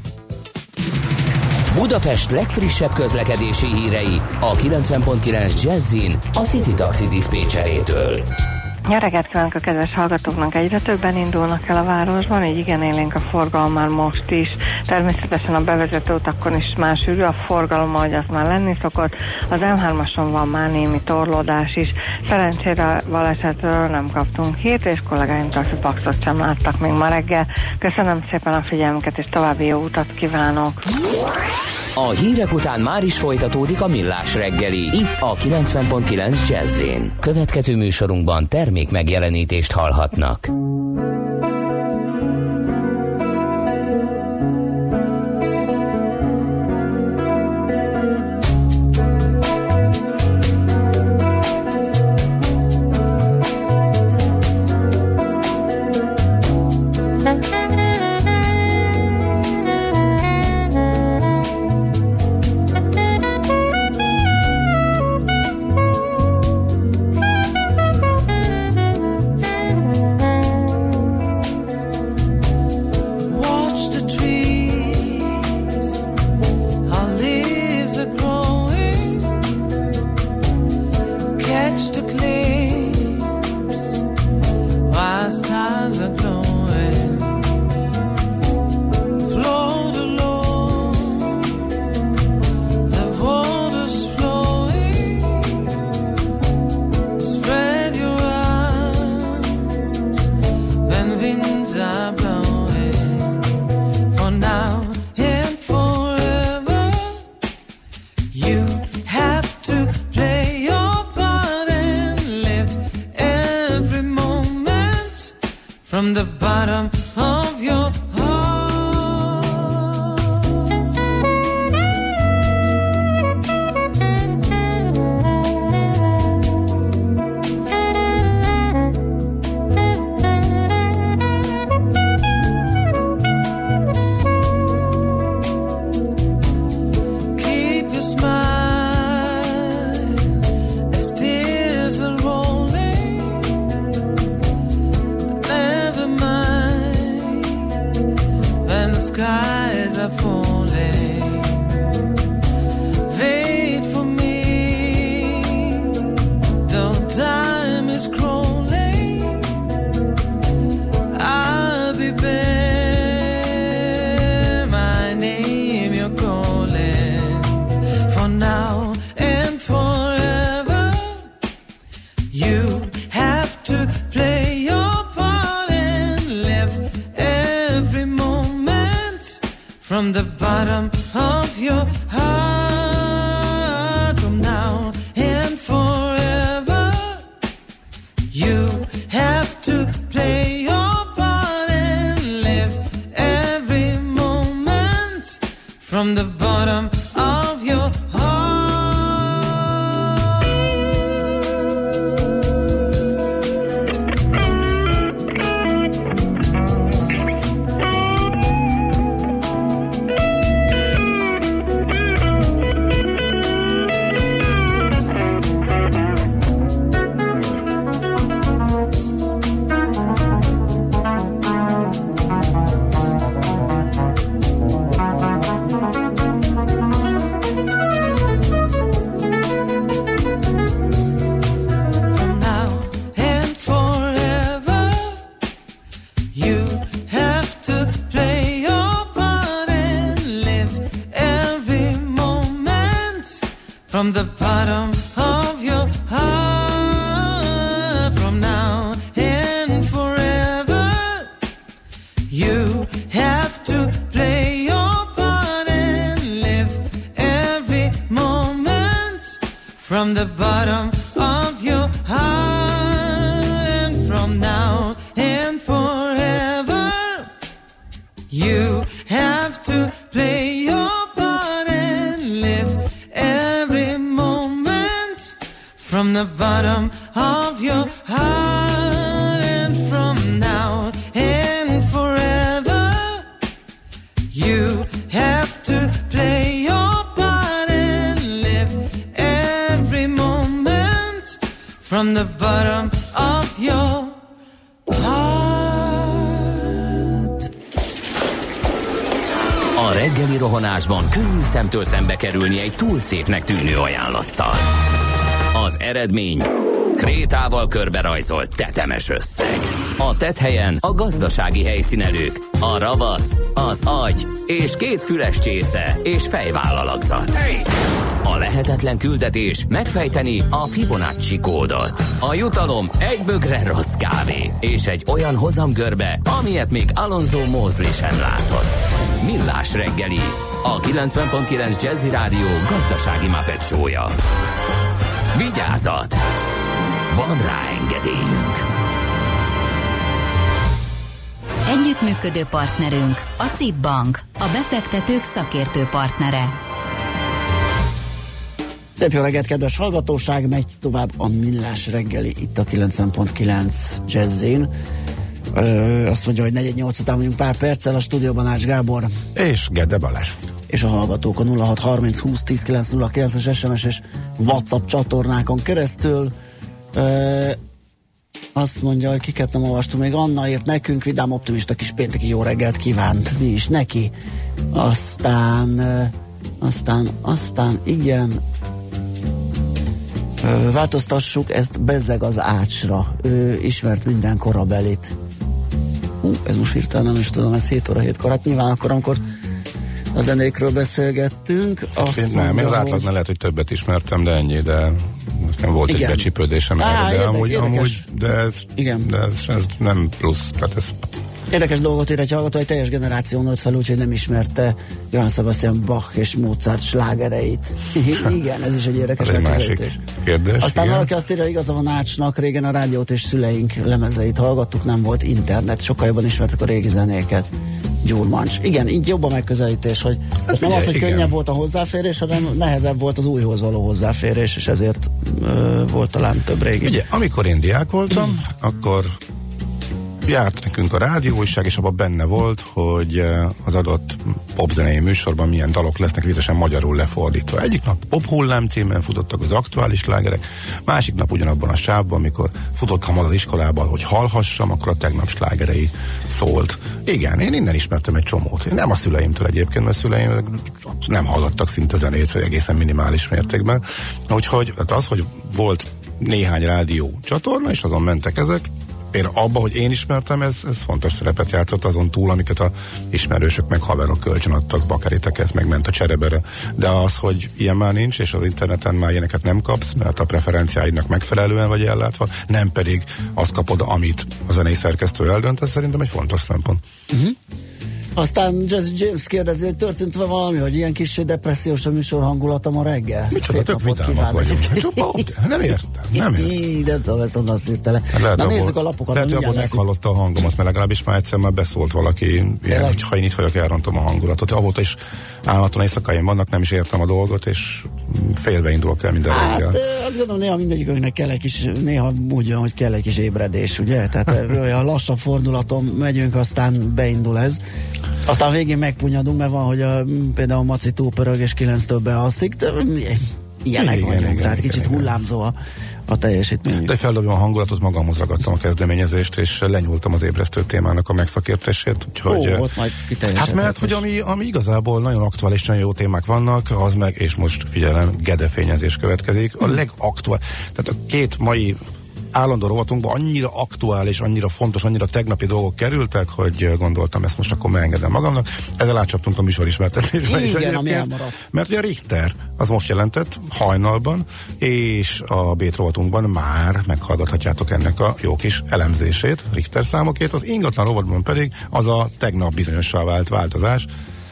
Budapest legfrissebb közlekedési hírei a kilencven pont kilenc Jazzin a City Taxi diszpécserétől. Jó reggelt kívánok a kedves hallgatóknak, egyre többen indulnak el a városban, így igen élénk a forgalom már most is. Természetesen a bevezető utakon is már sűrű a forgalom, ahogy az már lenni szokott. Az M hármason van már némi torlódás is. Szerencsére balesetről nem kaptunk hírt, és kollégáim taxipaxot sem láttak még ma reggel. Köszönöm szépen a figyelmüket, és további jó utat kívánok! A hírek után már is folytatódik a Millás reggeli, itt a kilencven pont kilenc Jazz-én. Következő műsorunkban termék megjelenítést hallhatnak. from the bottom of your skies are falling. Wait for me, though time is crawling. I'll be there, my name you're calling. For now and forever, you have to play your part and live every moment from the bottom of your heart. From now and forever, you have to play your part and live every moment from the bottom of your heart. From the bottom of your heart, from now and forever, you have to play your part and live every moment from the bottom of your heart. And from now and forever, you have to play your part and live every moment from the bottom of your heart. And from now and forever, you have to play your part and live every moment from the bottom of your heart. A reggeli rohanásban könnyű szemtől szembe kerülni egy túl szépnek tűnő ajánlattal. Az eredmény krétával körberajzolt tetemes összeg. A tetthelyen a gazdasági helyszínelők, a ravasz, az agy és két füles csésze és fejvállalakzat. A lehetetlen küldetés megfejteni a Fibonacci kódot. A jutalom egy bögre rossz kávé és egy olyan hozamgörbe, amilyet még Alonso Mosley sem látott. Millás reggeli, a kilencven pont kilenc Jazzy Rádió gazdasági Muppet show-ja. Vigyázat! Van rá engedélyünk! Együttműködő partnerünk a cé i bé Bank, a befektetők szakértő partnere. Szép jó reggelt, kedves hallgatóság! Megy tovább a Millás reggeli itt a kilencven pont kilenc Jazzin. Ö, azt mondja, hogy negyven nyolc után vagyunk pár perccel, a stúdióban Ács Gábor és Gede Balázs. És a hallgatók a nulla hat harminc húsz tíz kilenc nulla kilences es em es és WhatsApp csatornákon keresztül. Ö, azt mondja, hogy kiket nem olvastunk, még Anna írt nekünk, vidám optimista kis pénteki jó reggelt kívánt, mi is neki. Aztán ö, aztán, aztán igen, ö, változtassuk ezt, bezzeg az Ácsra, ő ismert minden korabelit. Hú, ez most hirtelen nem is tudom, ez hét óra hétkor, hát nyilván akkor, amikor a zenékről beszélgettünk. Hát én nem, én az átlag hogy... lehet, hogy többet ismertem, de ennyi, de nekem volt igen. egy becsípődésem erre, de, amúgy, amúgy, de, ez, igen. de ez, ez nem plusz, tehát ez Érdekes dolgot ír egy hallgató, egy teljes generáció nőtt fel, úgyhogy nem ismerte Johann Sebastian Bach és Mozart slágereit. Igen, ez is egy érdekes egy másik kérdés. Aztán igen. valaki azt írja, igaza van Ácsnak, régen a rádiót és szüleink lemezeit hallgattuk, nem volt internet, sokkal jobban ismertek a régi zenéket. Gyurmancs. Igen, így jobb a megközelítés, hogy hát nem az, hogy igen. könnyebb volt a hozzáférés, hanem nehezebb volt az újhoz való hozzáférés, és ezért ö, volt talán több régi. Ugye, amikor én diák voltam, akkor járt nekünk a rádióújság, és abban benne volt, hogy az adott popzenei műsorban milyen dalok lesznek vizesen magyarul lefordítva. Egyik nap Pop Hullám címen futottak az aktuális slágerek, másik nap ugyanabban a sávban, amikor futottam az iskolában, hogy hallhassam, akkor a tegnap slágerei szólt. Igen, én innen ismertem egy csomót. Én nem a szüleimtől egyébként, mert a szüleim nem hallgattak szinte zenét, vagy egészen minimális mértékben. Úgyhogy az, hogy volt néhány rádió csatorna, és azon mentek ezek, például abba, hogy én ismertem, ez, ez fontos szerepet játszott azon túl, amiket a ismerősök meg haverok kölcsön adtak, bakeriteket, meg ment a cserebere. De az, hogy ilyen már nincs, és az interneten már ilyeneket nem kapsz, mert a preferenciáidnak megfelelően vagy ellátva, nem pedig azt kapod, amit a zenei szerkesztő eldönt, ez szerintem egy fontos szempont. Uh-huh. Aztán Jazzy James kérdezi, hogy történt valami, hogy ilyen kis depressziós a műsor hangulata ma reggel? Micsoda, tök vitámak vagyunk. Nem értem, nem értem. De tudom, ezt onnan szűrte le. Na nézzük a lapokat. Lehet, hogy abban meghallotta a hangomat, mert legalábbis már egyszer már beszólt valaki, ilyen, hogy ha én itt vagyok, elrontom a hangulatot. Avóta is állandóan éjszakáim vannak, nem is értem a dolgot, és félve indulok el minden reggel. Hát azt gondolom, néha mindegyikünknek kell egy kis, néha úgy jön, hogy kell egy kis ébredés, ugye? Tehát olyan lassabb fordulaton megyünk, aztán beindul ez. Aztán végén megpunyadunk, mert van, hogy a, például Maci túlpörög és kilenctől bealszik, de ilyenek igen, vagyunk, igen, tehát igen, kicsit igen. hullámzó a, a teljesítmény. De feldobom a hangulatot, magamhoz ragadtam a kezdeményezést, és lenyúltam az ébresztő témának a megszakértését. Úgyhogy, Ó, ott majd hát mert, hogy ami, ami igazából nagyon aktuális, nagyon jó témák vannak, az meg, és most figyelem, gedefényezés következik. A legaktuális, tehát a két mai állandó rovatunkban annyira aktuális, annyira fontos, annyira tegnapi dolgok kerültek, hogy gondoltam, ezt most akkor megengedem magamnak. Ezzel átcsaptunk a műsorismertetésbe is egyébként. Mert ugye a Richter az most jelentett hajnalban, és a Bét rovatunkban már meghallgathatjátok ennek a jó kis elemzését, Richter számokét. Az ingatlan rovatban pedig az a tegnap bizonyossá vált változás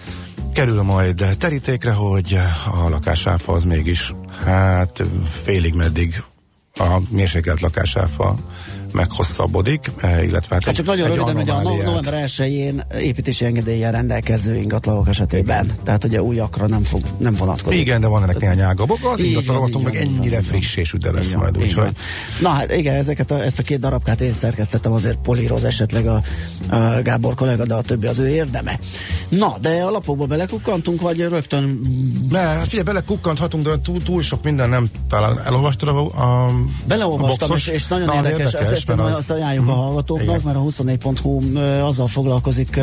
kerül majd terítékre, hogy a lakásáfa az mégis hát félig meddig a mérsékelt lakásáfa meghosszabbodik, illetve hát, hát csak egy, nagyon egy röviden, hogy a november elsején építési engedéllyel rendelkező ingatlanok esetében, igen. Tehát ugye újakra nem, fog, nem vonatkozik. Igen, de van ennek néhány ágabok, az ingatlanok meg ennyire friss és üde lesz majd, úgyhogy. Na hát igen, ezeket a, ezt a két darabkát én szerkesztettem, azért políroz esetleg a, a Gábor kollega, de a többi az ő érdeme. Na, de a lapokba belekukkantunk, vagy rögtön... Ne, hát figyelj, belekukkanthatunk, de túl, túl sok minden nem talán elolvastad a, a Beleolvastam, és, és nagyon Na, érdekes, érdekes ezt az... azt ajánljuk hmm. a hallgatóknak, igen. Mert a huszonnégy pont hu azzal foglalkozik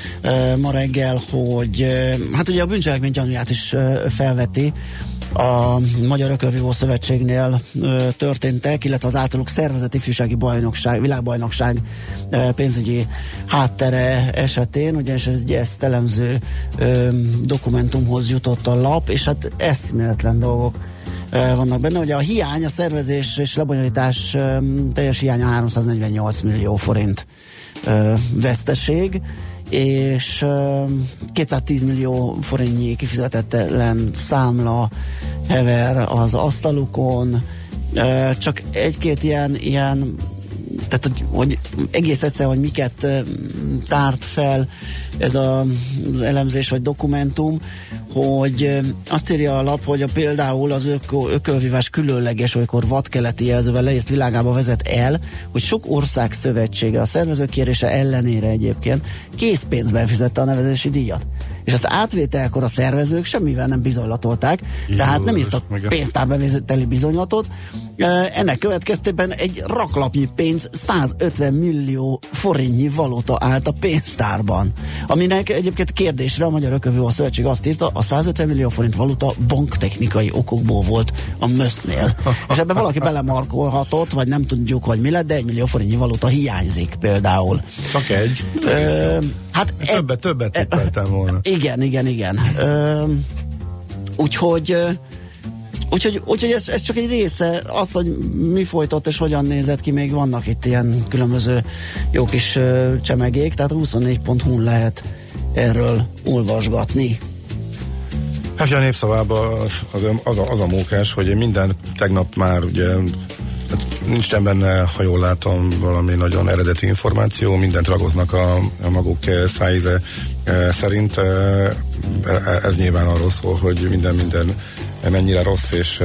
ma reggel, hogy hát ugye a bűncselekmény gyanúját is felveti a Magyar Ökölvívó Szövetségnél történtek, illetve az általuk szervezett ifjúsági bajnokság, világbajnokság pénzügyi háttere esetén, ugyanis ez egy ezt elemző dokumentumhoz jutott a lap, és hát eszméletlen dolgok vannak benne. Ugye a hiány, a szervezés és lebonyolítás teljes hiánya háromszáznegyvennyolc millió forint veszteség, és kétszáztíz millió forintnyi kifizetetlen számla hever az asztalukon, csak egy-két ilyen, ilyen tehát, hogy, hogy egész egyszer, hogy miket tárt fel ez a, az elemzés vagy dokumentum, hogy azt írja a lap, hogy a, például az öko, ökölvívás különleges, olykor vadkeleti jelzővel leírt világába vezet el, hogy sok ország szövetsége a szervezők kérése ellenére egyébként készpénzben fizette a nevezési díjat. És azt átvételkor a szervezők semmivel nem bizonylatolták, Jó, tehát nem írtak pénztárbevételi bizonylatot. Ennek következtében egy raklapnyi pénz százötven millió forintnyi valuta állt a pénztárban. Aminek egyébként kérdésre a Magyar Ökölvívó Szövetség azt írta, a százötven millió forint valuta banktechnikai okokból volt a mösznél. És ebben valaki belemarkolhatott, vagy nem tudjuk, hogy mi lett, de egy millió forintnyi valuta hiányzik például. Csak egy. Ö, hát többet, többet tippeltem volna. Igen, igen, igen. Ö, úgyhogy Úgyhogy, úgyhogy ez, ez csak egy része, az, hogy mi folytott és hogyan nézett ki, még vannak itt ilyen különböző jó kis uh, csemegék, tehát huszonnégy pont hu-n lehet erről olvasgatni. Hát a Népszavában az, az, a, az a mókás, hogy minden tegnap már ugye nincs benne, ha jól látom, valami nagyon eredeti információ, mindent ragoznak a, a maguk szájíze szerint. Ez nyilván arról szól, hogy minden minden mennyire rossz, és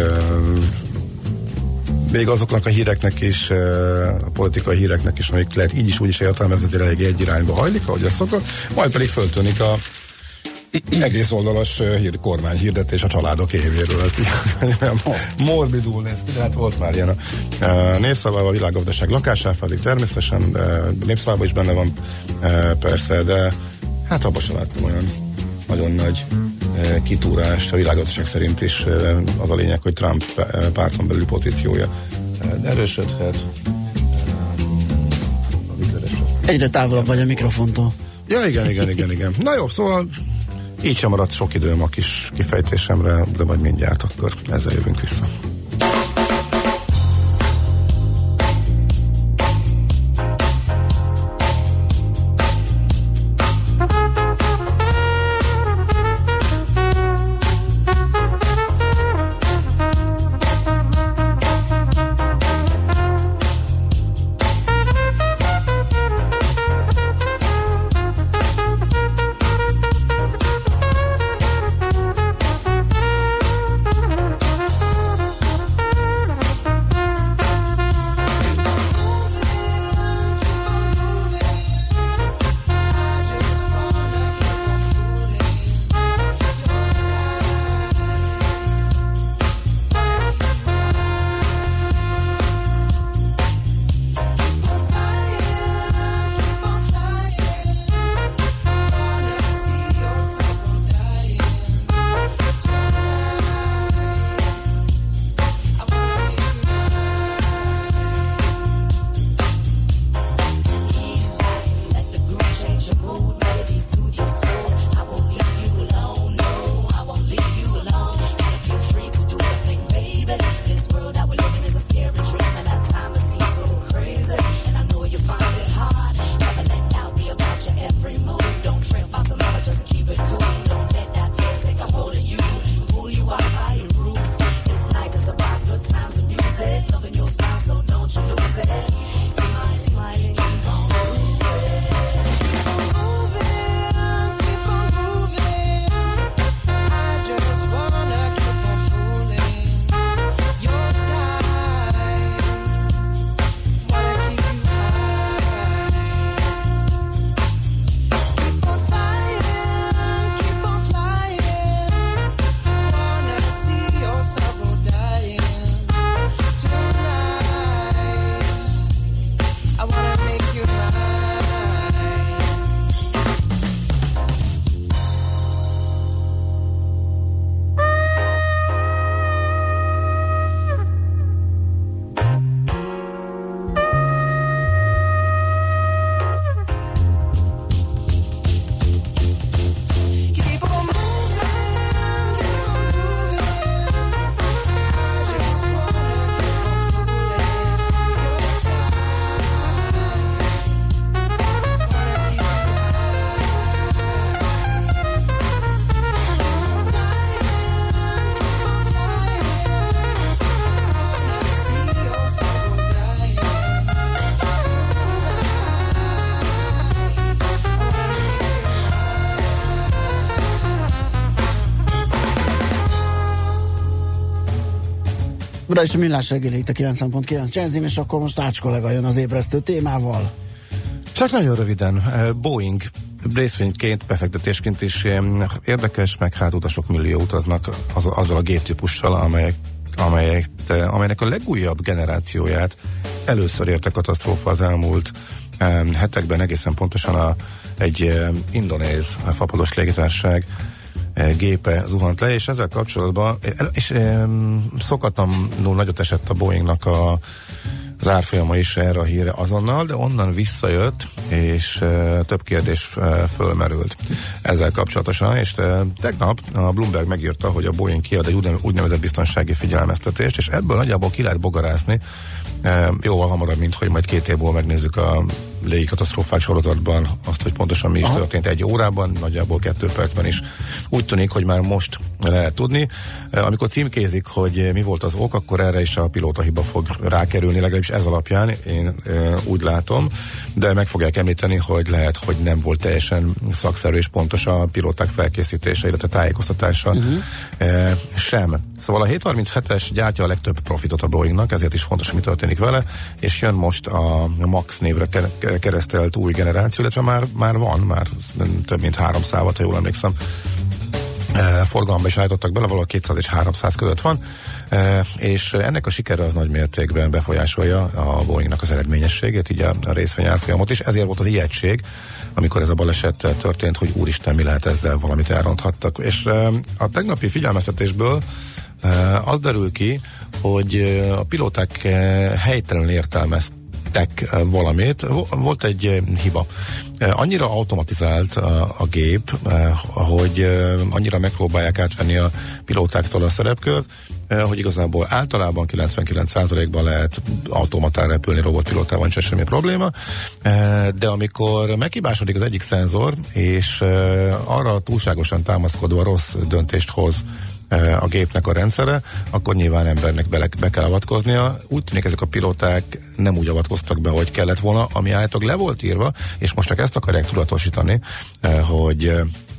még azoknak a híreknek is, a politikai híreknek is, amik lehet így is úgy is értelmezni, azért elég egy irányba hajlik, ahogy ez szokott, majd pedig föltűnik a egész oldalas hír, kormányhirdetés a családok évéről. Morbidul néz ki, de hát volt már ilyen a Népszavában, a világgazdaság lakásáfázik természetesen, de Népszavában is benne van persze, de hát abban sem láttam olyan nagyon nagy kitúrást. A világgazdaság szerint is az a lényeg, hogy Trump párton belüli pozíciója erősödhet. Egyre távolabb vagy a mikrofontól. Ja, igen, igen, igen, igen. Na jó, szóval így sem maradt sok időm a kis kifejtésemre, de majd mindjárt akkor ezzel jövünk vissza. Bura is a Millás reggeli itt a kilencven pont kilenc Jazzin, és akkor most Ács kollega jön az ébresztő témával. Csak nagyon röviden, Boeing részvényként, befektetésként is érdekes, meg hát utasok millió utaznak az, azzal a géptípussal, amelyek, amelyek, amelynek a legújabb generációját először érte katasztrófa az elmúlt um, hetekben, egészen pontosan a, egy um, indonéz fapados légitársaság gépe zuhant le, és ezzel kapcsolatban és um, szokatlanul nagyot esett a Boeingnak a az árfolyama is erre a hírre azonnal, de onnan visszajött, és uh, több kérdés uh, fölmerült ezzel kapcsolatosan, és uh, tegnap a Bloomberg megírta, hogy a Boeing kiad egy úgynevezett biztonsági figyelmeztetést, és ebből nagyjából ki lehet bogarászni, uh, jóval hamarabb, mint hogy majd két évból megnézzük a légikatasztrófák sorozatban azt, hogy pontosan mi is Aha. történt egy órában, nagyjából kettő percben is. Úgy tűnik, hogy már most lehet tudni. Amikor címkézik, hogy mi volt az ok, akkor erre is a pilóta hiba fog rákerülni, legalábbis ez alapján, én e, úgy látom, de meg fogják említeni, hogy lehet, hogy nem volt teljesen szakszerű és pontos a pilóták felkészítése, illetve tájékoztatása uh-huh. e, sem. Szóval a hétszázharminchetes gyártja a legtöbb profitot a Boeingnak, ezért is fontos, hogy mi történik vele, és jön most a Max névre keresztelt új generáció, illetve már, már van, már több mint háromszáz, ha jól emlékszem, e, forgalomba is állítottak bele, valahol kétszáz és háromszáz között van, e, és ennek a sikere az nagy mértékben befolyásolja a Boeingnak az eredményességét, így a, a részvényárfolyamot is, ezért volt az ijegység, amikor ez a baleset történt, hogy úristen, mi lehet ezzel, valamit elronthattak. És e, a tegnapi figyelmeztetésből e, az derül ki, hogy a pilóták helytelenül értelmezték valamit. Volt egy hiba. Annyira automatizált a, a gép, hogy annyira megpróbálják átvenni a pilótáktól a szerepkört, hogy igazából általában kilencvenkilenc százalékban lehet automatán repülni, robotpilótával nincs semmi probléma, de amikor meghibásodik az egyik szenzor, és arra túlságosan támaszkodva rossz döntést hoz a gépnek a rendszere, akkor nyilván embernek bele, be kell avatkoznia. Úgy tűnik, ezek a pilóták nem úgy avatkoztak be, hogy kellett volna, ami állítólag le volt írva, és most csak ezt akarják tudatosítani, hogy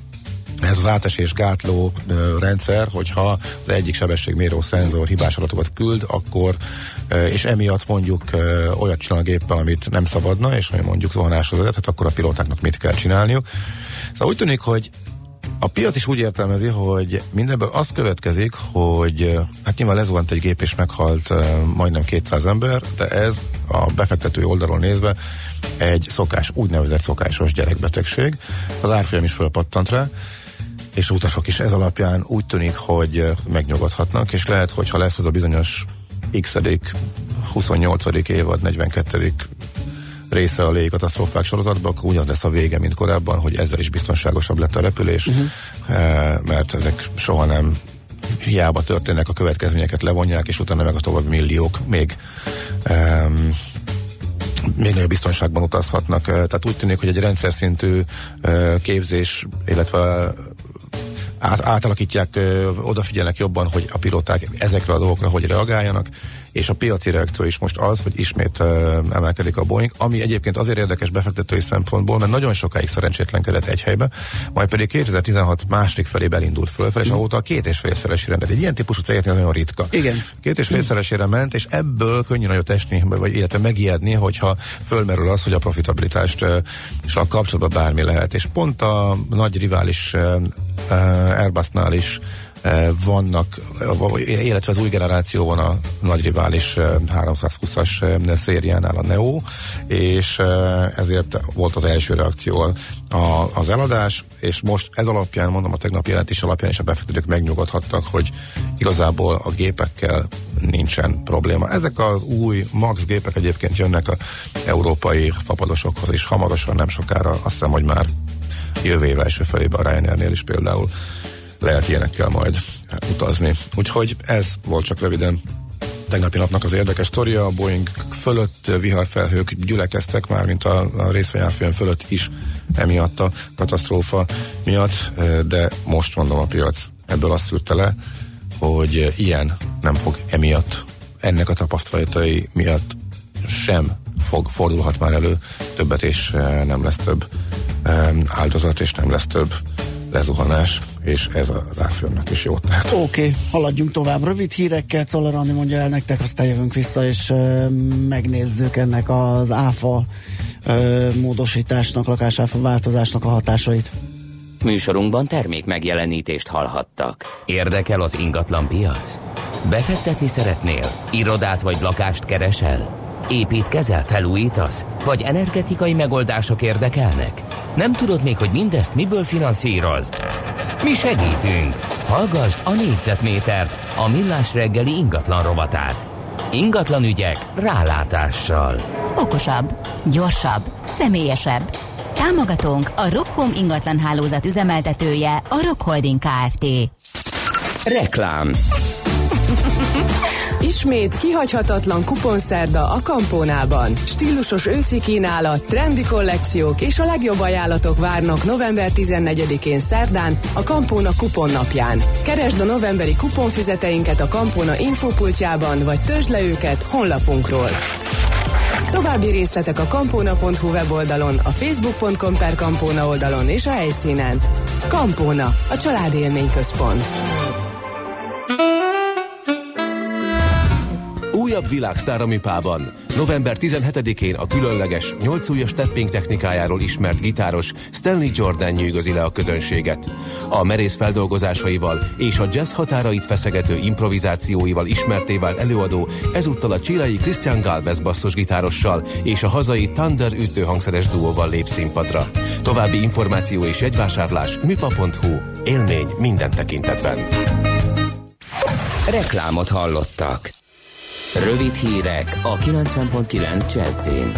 ez az átesés gátló rendszer, hogyha az egyik sebességmérő szenzor hibás adatokat küld, akkor, és emiatt mondjuk olyat csinál a géppel, amit nem szabadna, és ami mondjuk zuhanáshoz vezet, akkor a pilótáknak mit kell csinálniuk. Szóval úgy tűnik, hogy a piac is úgy értelmezi, hogy mindenből azt következik, hogy hát nyilván lezuhant egy gép és meghalt uh, majdnem kétszáz ember, de ez a befektetői oldalról nézve egy szokás, úgynevezett szokásos gyerekbetegség. Az árfolyam is fölpattant rá, és az utasok is ez alapján úgy tűnik, hogy uh, megnyugodhatnak, és lehet, hogyha lesz ez a bizonyos x-edik, huszonnyolcadik évad, negyvenkettedik része a légikatasztrófák sorozatban, akkor ugyanaz lesz a vége, mint korábban, hogy ezzel is biztonságosabb lett a repülés, uh-huh. mert ezek soha nem hiába történnek, a következményeket levonják, és utána meg a tovább milliók még um, még nagyobb biztonságban utazhatnak. Tehát úgy tűnik, hogy egy rendszer szintű uh, képzés, illetve át, átalakítják, ö, odafigyelnek jobban, hogy a pilóták ezekre a dolgokra hogy reagáljanak, és a piaci reakció is most az, hogy ismét ö, emelkedik a Boeing, ami egyébként azért érdekes befektetői szempontból, mert nagyon sokáig szerencsétlenkedett egy helybe, majd pedig kétezer-tizenhat második felében elindult fölfelé, és ahóta a két és félszeresére ment. Egy ilyen típusú cégeknél nagyon ritka. Igen. Két és félszeresére ment, és ebből könnyű nagyot esni, vagy illetve megijedni, hogyha fölmerül az, hogy a profitabilitást ö, kapcsolatban bármi lehet. És pont a nagy rivális ö, Airbusnál is vannak, illetve az új generációban a nagy rivális háromszázhúszas szériánál a Neo, és ezért volt az első reakció az eladás, és most ez alapján, mondom, a tegnapi jelentés alapján is a befektetők megnyugodhattak, hogy igazából a gépekkel nincsen probléma. Ezek az új MAX gépek egyébként jönnek az európai fapadosokhoz is hamarosan, nem sokára, azt hiszem, hogy már jövő év első felében a Ryanairnél is például lehet ilyenekkel majd utazni. Úgyhogy ez volt csak röviden tegnapi napnak az érdekes sztoria. A Boeing fölött viharfelhők gyülekeztek már, mint a, a részvényárfolyam fölött is emiatt a katasztrófa miatt, de most mondom, a piac ebből azt szűrte le, hogy ilyen nem fog emiatt, ennek a tapasztalatai miatt sem fog, fordulhat már elő többet, és nem lesz több áldozat, és nem lesz több lezuhanás, és ez az árfolyamnak is jó. Oké, okay, haladjunk tovább. Rövid hírekkel, Czoller Andi mondja el nektek, aztán jövünk vissza, és uh, megnézzük ennek az áfa uh, módosításnak, lakásáfa változásnak a hatásait. Műsorunkban termék megjelenítést hallhattak. Érdekel az ingatlan piac? Befektetni szeretnél? Irodát vagy lakást keresel? Építkezel, felújítasz? Vagy energetikai megoldások érdekelnek? Nem tudod még, hogy mindezt miből finanszírozd? Mi segítünk! Hallgassd a négyzetmétert, a Millás reggeli ingatlan rovatát. Ingatlan ügyek rálátással. Okosabb, gyorsabb, személyesebb. Támogatónk a Rockhome ingatlan hálózat üzemeltetője, a Rock Holding Kft. Reklám. Ismét kihagyhatatlan kuponszerda a Campónában. Stílusos őszi kínálat, trendi kollekciók és a legjobb ajánlatok várnak november tizennegyedikén szerdán, a Campóna kuponnapján. Keresd a novemberi kuponfüzeteinket a Campóna infopultjában, vagy töltsd le őket honlapunkról. További részletek a campona pont hu weboldalon, a facebook pont com per Campóna oldalon és a helyszínen. Campóna, a családi élményközpont. Újabb világsztár a Műpában. november tizenhetedikén a különleges, nyolc ujjas tapping technikájáról ismert gitáros Stanley Jordan nyűgözi le a közönséget. A merész feldolgozásaival és a jazz határait feszegető improvizációival ismerté vált előadó ezúttal a chilei Christian Galvez basszusgitárossal és a hazai Thunder ütőhangszeres duóval lép színpadra. További információ és jegyvásárlás műpa pont hu. Élmény minden tekintetben. Reklámot hallottak. Rövid hírek a kilencven pont kilenc Jazzin.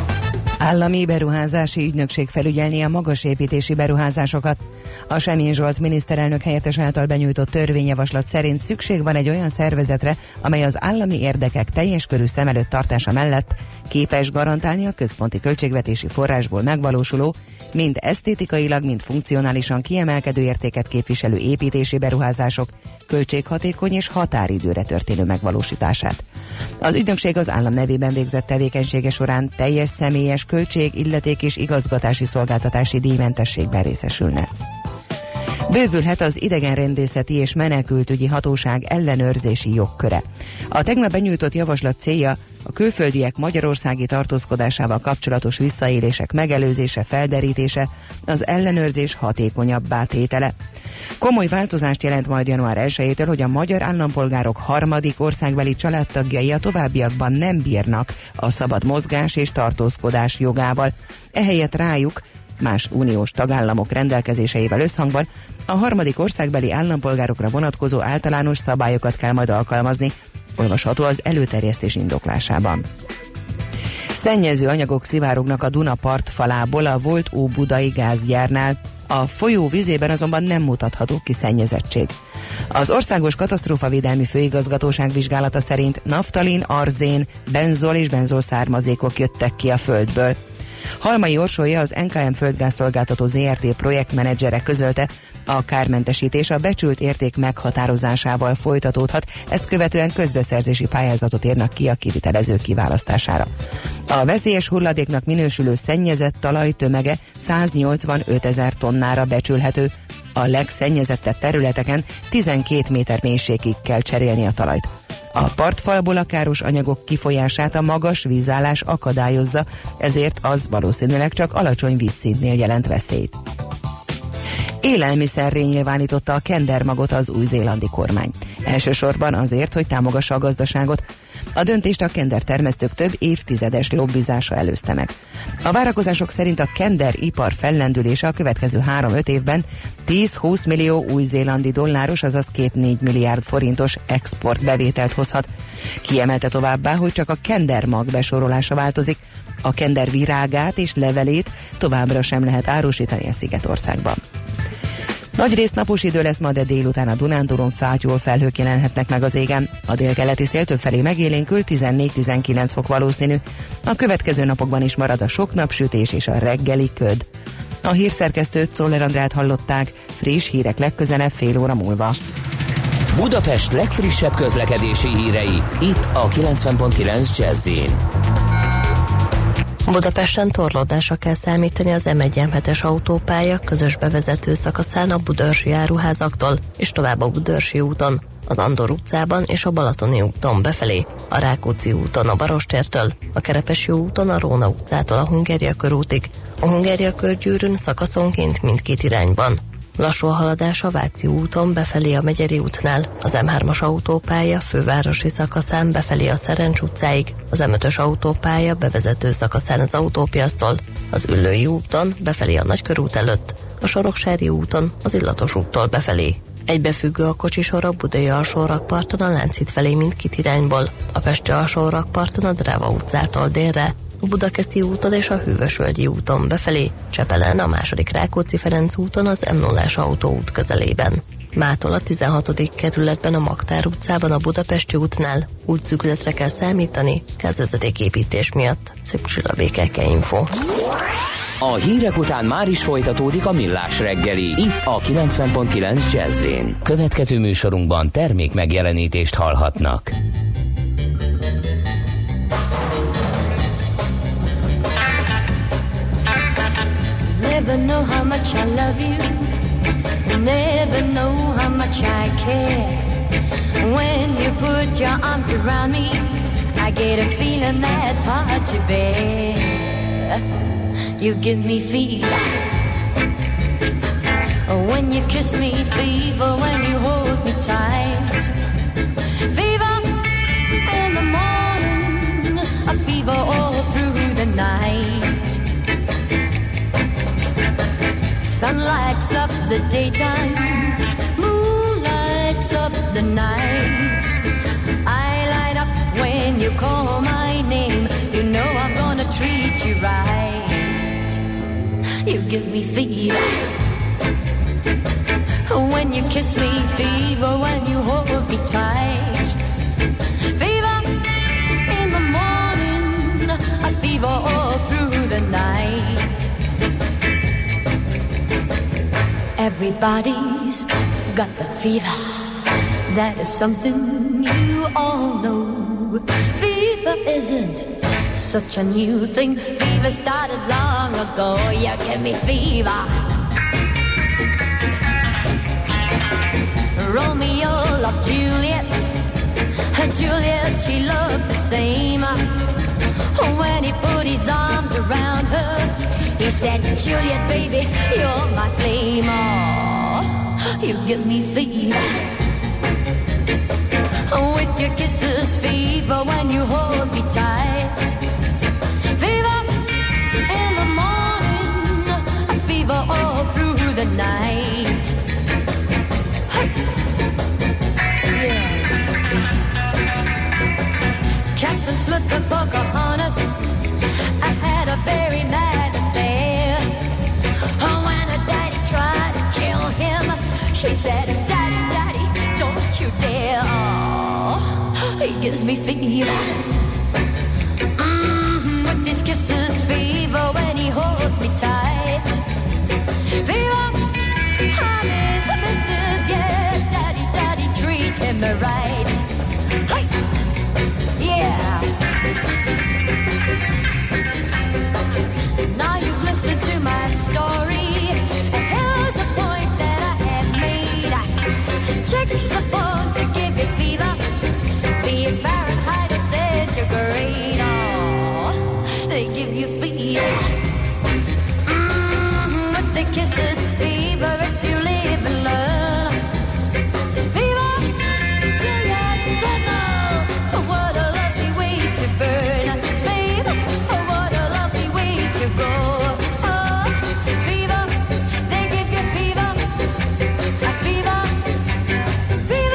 Állami beruházási ügynökség felügyelni a magasépítési beruházásokat. A Semjén Zsolt miniszterelnök helyettes által benyújtott törvényjavaslat szerint szükség van egy olyan szervezetre, amely az állami érdekek teljes körű szem előtt tartása mellett képes garantálni a központi költségvetési forrásból megvalósuló, mind esztétikailag, mind funkcionálisan kiemelkedő értéket képviselő építési beruházások költséghatékony és határidőre történő megvalósítását. Az ügynökség az állam nevében végzett tevékenysége során teljes személyes költség, illeték és igazgatási szolgáltatási díjmentességben részesülne. Bővülhet az idegenrendészeti és menekültügyi hatóság ellenőrzési jogköre. A tegnap benyújtott javaslat célja a külföldiek magyarországi tartózkodásával kapcsolatos visszaélések megelőzése, felderítése, az ellenőrzés hatékonyabbá tétele. Komoly változást jelent majd január elsejétől, hogy a magyar állampolgárok harmadik országbeli családtagjai a továbbiakban nem bírnak a szabad mozgás és tartózkodás jogával. Ehelyett rájuk más uniós tagállamok rendelkezéseivel összhangban a harmadik országbeli állampolgárokra vonatkozó általános szabályokat kell majd alkalmazni, olvasható az előterjesztés indoklásában. Szennyező anyagok szivárognak a Duna partfalából a volt óbudai gázgyárnál. A folyó vizében azonban nem mutatható ki szennyezettség. Az Országos Katasztrófavédelmi Főigazgatóság vizsgálata szerint naftalin, arzén, benzol és benzol származékok jöttek ki a földből. Halmai Orsolya, az en ká em Földgázszolgáltató zé er té projektmenedzsere közölte, a kármentesítés a becsült érték meghatározásával folytatódhat, ezt követően közbeszerzési pályázatot írnak ki a kivitelező kiválasztására. A veszélyes hulladéknak minősülő szennyezett talaj tömege száznyolcvanöt ezer tonnára becsülhető. A legszennyezettebb területeken tizenkét méter mélységig kell cserélni a talajt. A partfalból a káros anyagok kifolyását a magas vízállás akadályozza, ezért az valószínűleg csak alacsony vízszintnél jelent veszélyt. Élelmiszerré nyilvánította a kendermagot az új-zélandi kormány. Elsősorban azért, hogy támogassa a gazdaságot. A döntést a kender termesztők több évtizedes lobbizása előzte meg. A várakozások szerint a kender ipar fellendülése a következő három-öt évben tíz-húsz millió új-zélandi dolláros, azaz két-négy milliárd forintos exportbevételt hozhat. Kiemelte továbbá, hogy csak a kendermag besorolása változik, a kender virágát és levelét továbbra sem lehet árusítani a Szigetországban. Nagyrészt napos idő lesz ma, de délután a Dunántúlon fátyol felhők jelenhetnek meg az égen. A délkeleti szél többfelé megélénkül, tizennégy-tizenkilenc fok valószínű. A következő napokban is marad a sok napsütés és a reggeli köd. A hírszerkesztőt, Czoller Andrát hallották, friss hírek legközelebb fél óra múlva. Budapest legfrissebb közlekedési hírei, itt a kilencven pont kilenc Jazz-in. Budapesten torlódásra kell számítani az em egy em hetes autópálya közös bevezető szakaszán a Budörsi áruházaktól és tovább a Budörsi úton, az Andor utcában és a Balatoni úton befelé, a Rákóczi úton a Barostértől, a Kerepesi úton a Róna utcától a Hungária körútig, a Hungária körgyűrűn szakaszonként mindkét irányban. Lassú a haladás a Váci úton befelé a Megyeri útnál, az em hármas autópálya fővárosi szakaszán befelé a Szerencs utcáig, az em ötös autópálya bevezető szakaszán az Autópiasztól, az Üllői úton befelé a Nagykörút előtt, a Soroksári úton az Illatos úttól befelé. Egybefüggő a kocsisor a Budai alsórakparton a Láncid felé mindkét irányból, a Pesti alsórakparton a Dráva utcától délre, a Budakeszi úton és a Hűvösvölgyi úton befelé, Csepelen a második Rákóczi-Ferenc úton az em nullás autóút közelében. Mától a tizenhatodik kerületben a Magtár utcában a Budapesti útnál útszűkületre kell számítani, gázvezetéképítés miatt. Szép Csilla, bé ká ká Info. A hírek után már is folytatódik a Millás reggeli, itt a kilencven pont kilenc Jazz-én. Következő műsorunkban termék megjelenítést hallhatnak. Never know how much I love you. Never know how much I care. When you put your arms around me, I get a feeling that's hard to bear. You give me fever when you kiss me, fever when you hold me tight. Fever in the morning, a fever all through the night. Sun lights up the daytime, moon lights up the night. I light up when you call my name. You know I'm gonna treat you right. You give me fever when you kiss me, fever when you hold me tight. Fever in the morning, a fever all through the night. Everybody's got the fever. That is something you all know. Fever isn't such a new thing. Fever started long ago. You give me fever. Romeo loved Juliet, and Juliet, she loved the same. When he put his arms around her, he said, Juliet, baby, you're my flame. Oh, you give me fever. With your kisses, fever when you hold me tight. Fever in the morning, a fever all through the night. Hey. Yeah. Captain Smith and Pocahontas, I had a very mad affair. When her daddy tried to kill him, she said, Daddy, Daddy, don't you dare. Oh, he gives me fever. Mm-hmm, with his kisses, fever when he holds me tight. Fever, honey's a missus, yeah. Daddy, Daddy, treat him right. Hey, yeah. Now you've listened to my story, and here's a point that I have made. Check the phone to give you fever. Be it Fahrenheit or centigrade, oh, they give you fever. Mm-hmm, with the kisses, fever if you live and learn. Fever, yeah, yes, I know. What a lovely way to burn. Fever, what a lovely way to go. Oh, fever, they give you fever. A fever, fever.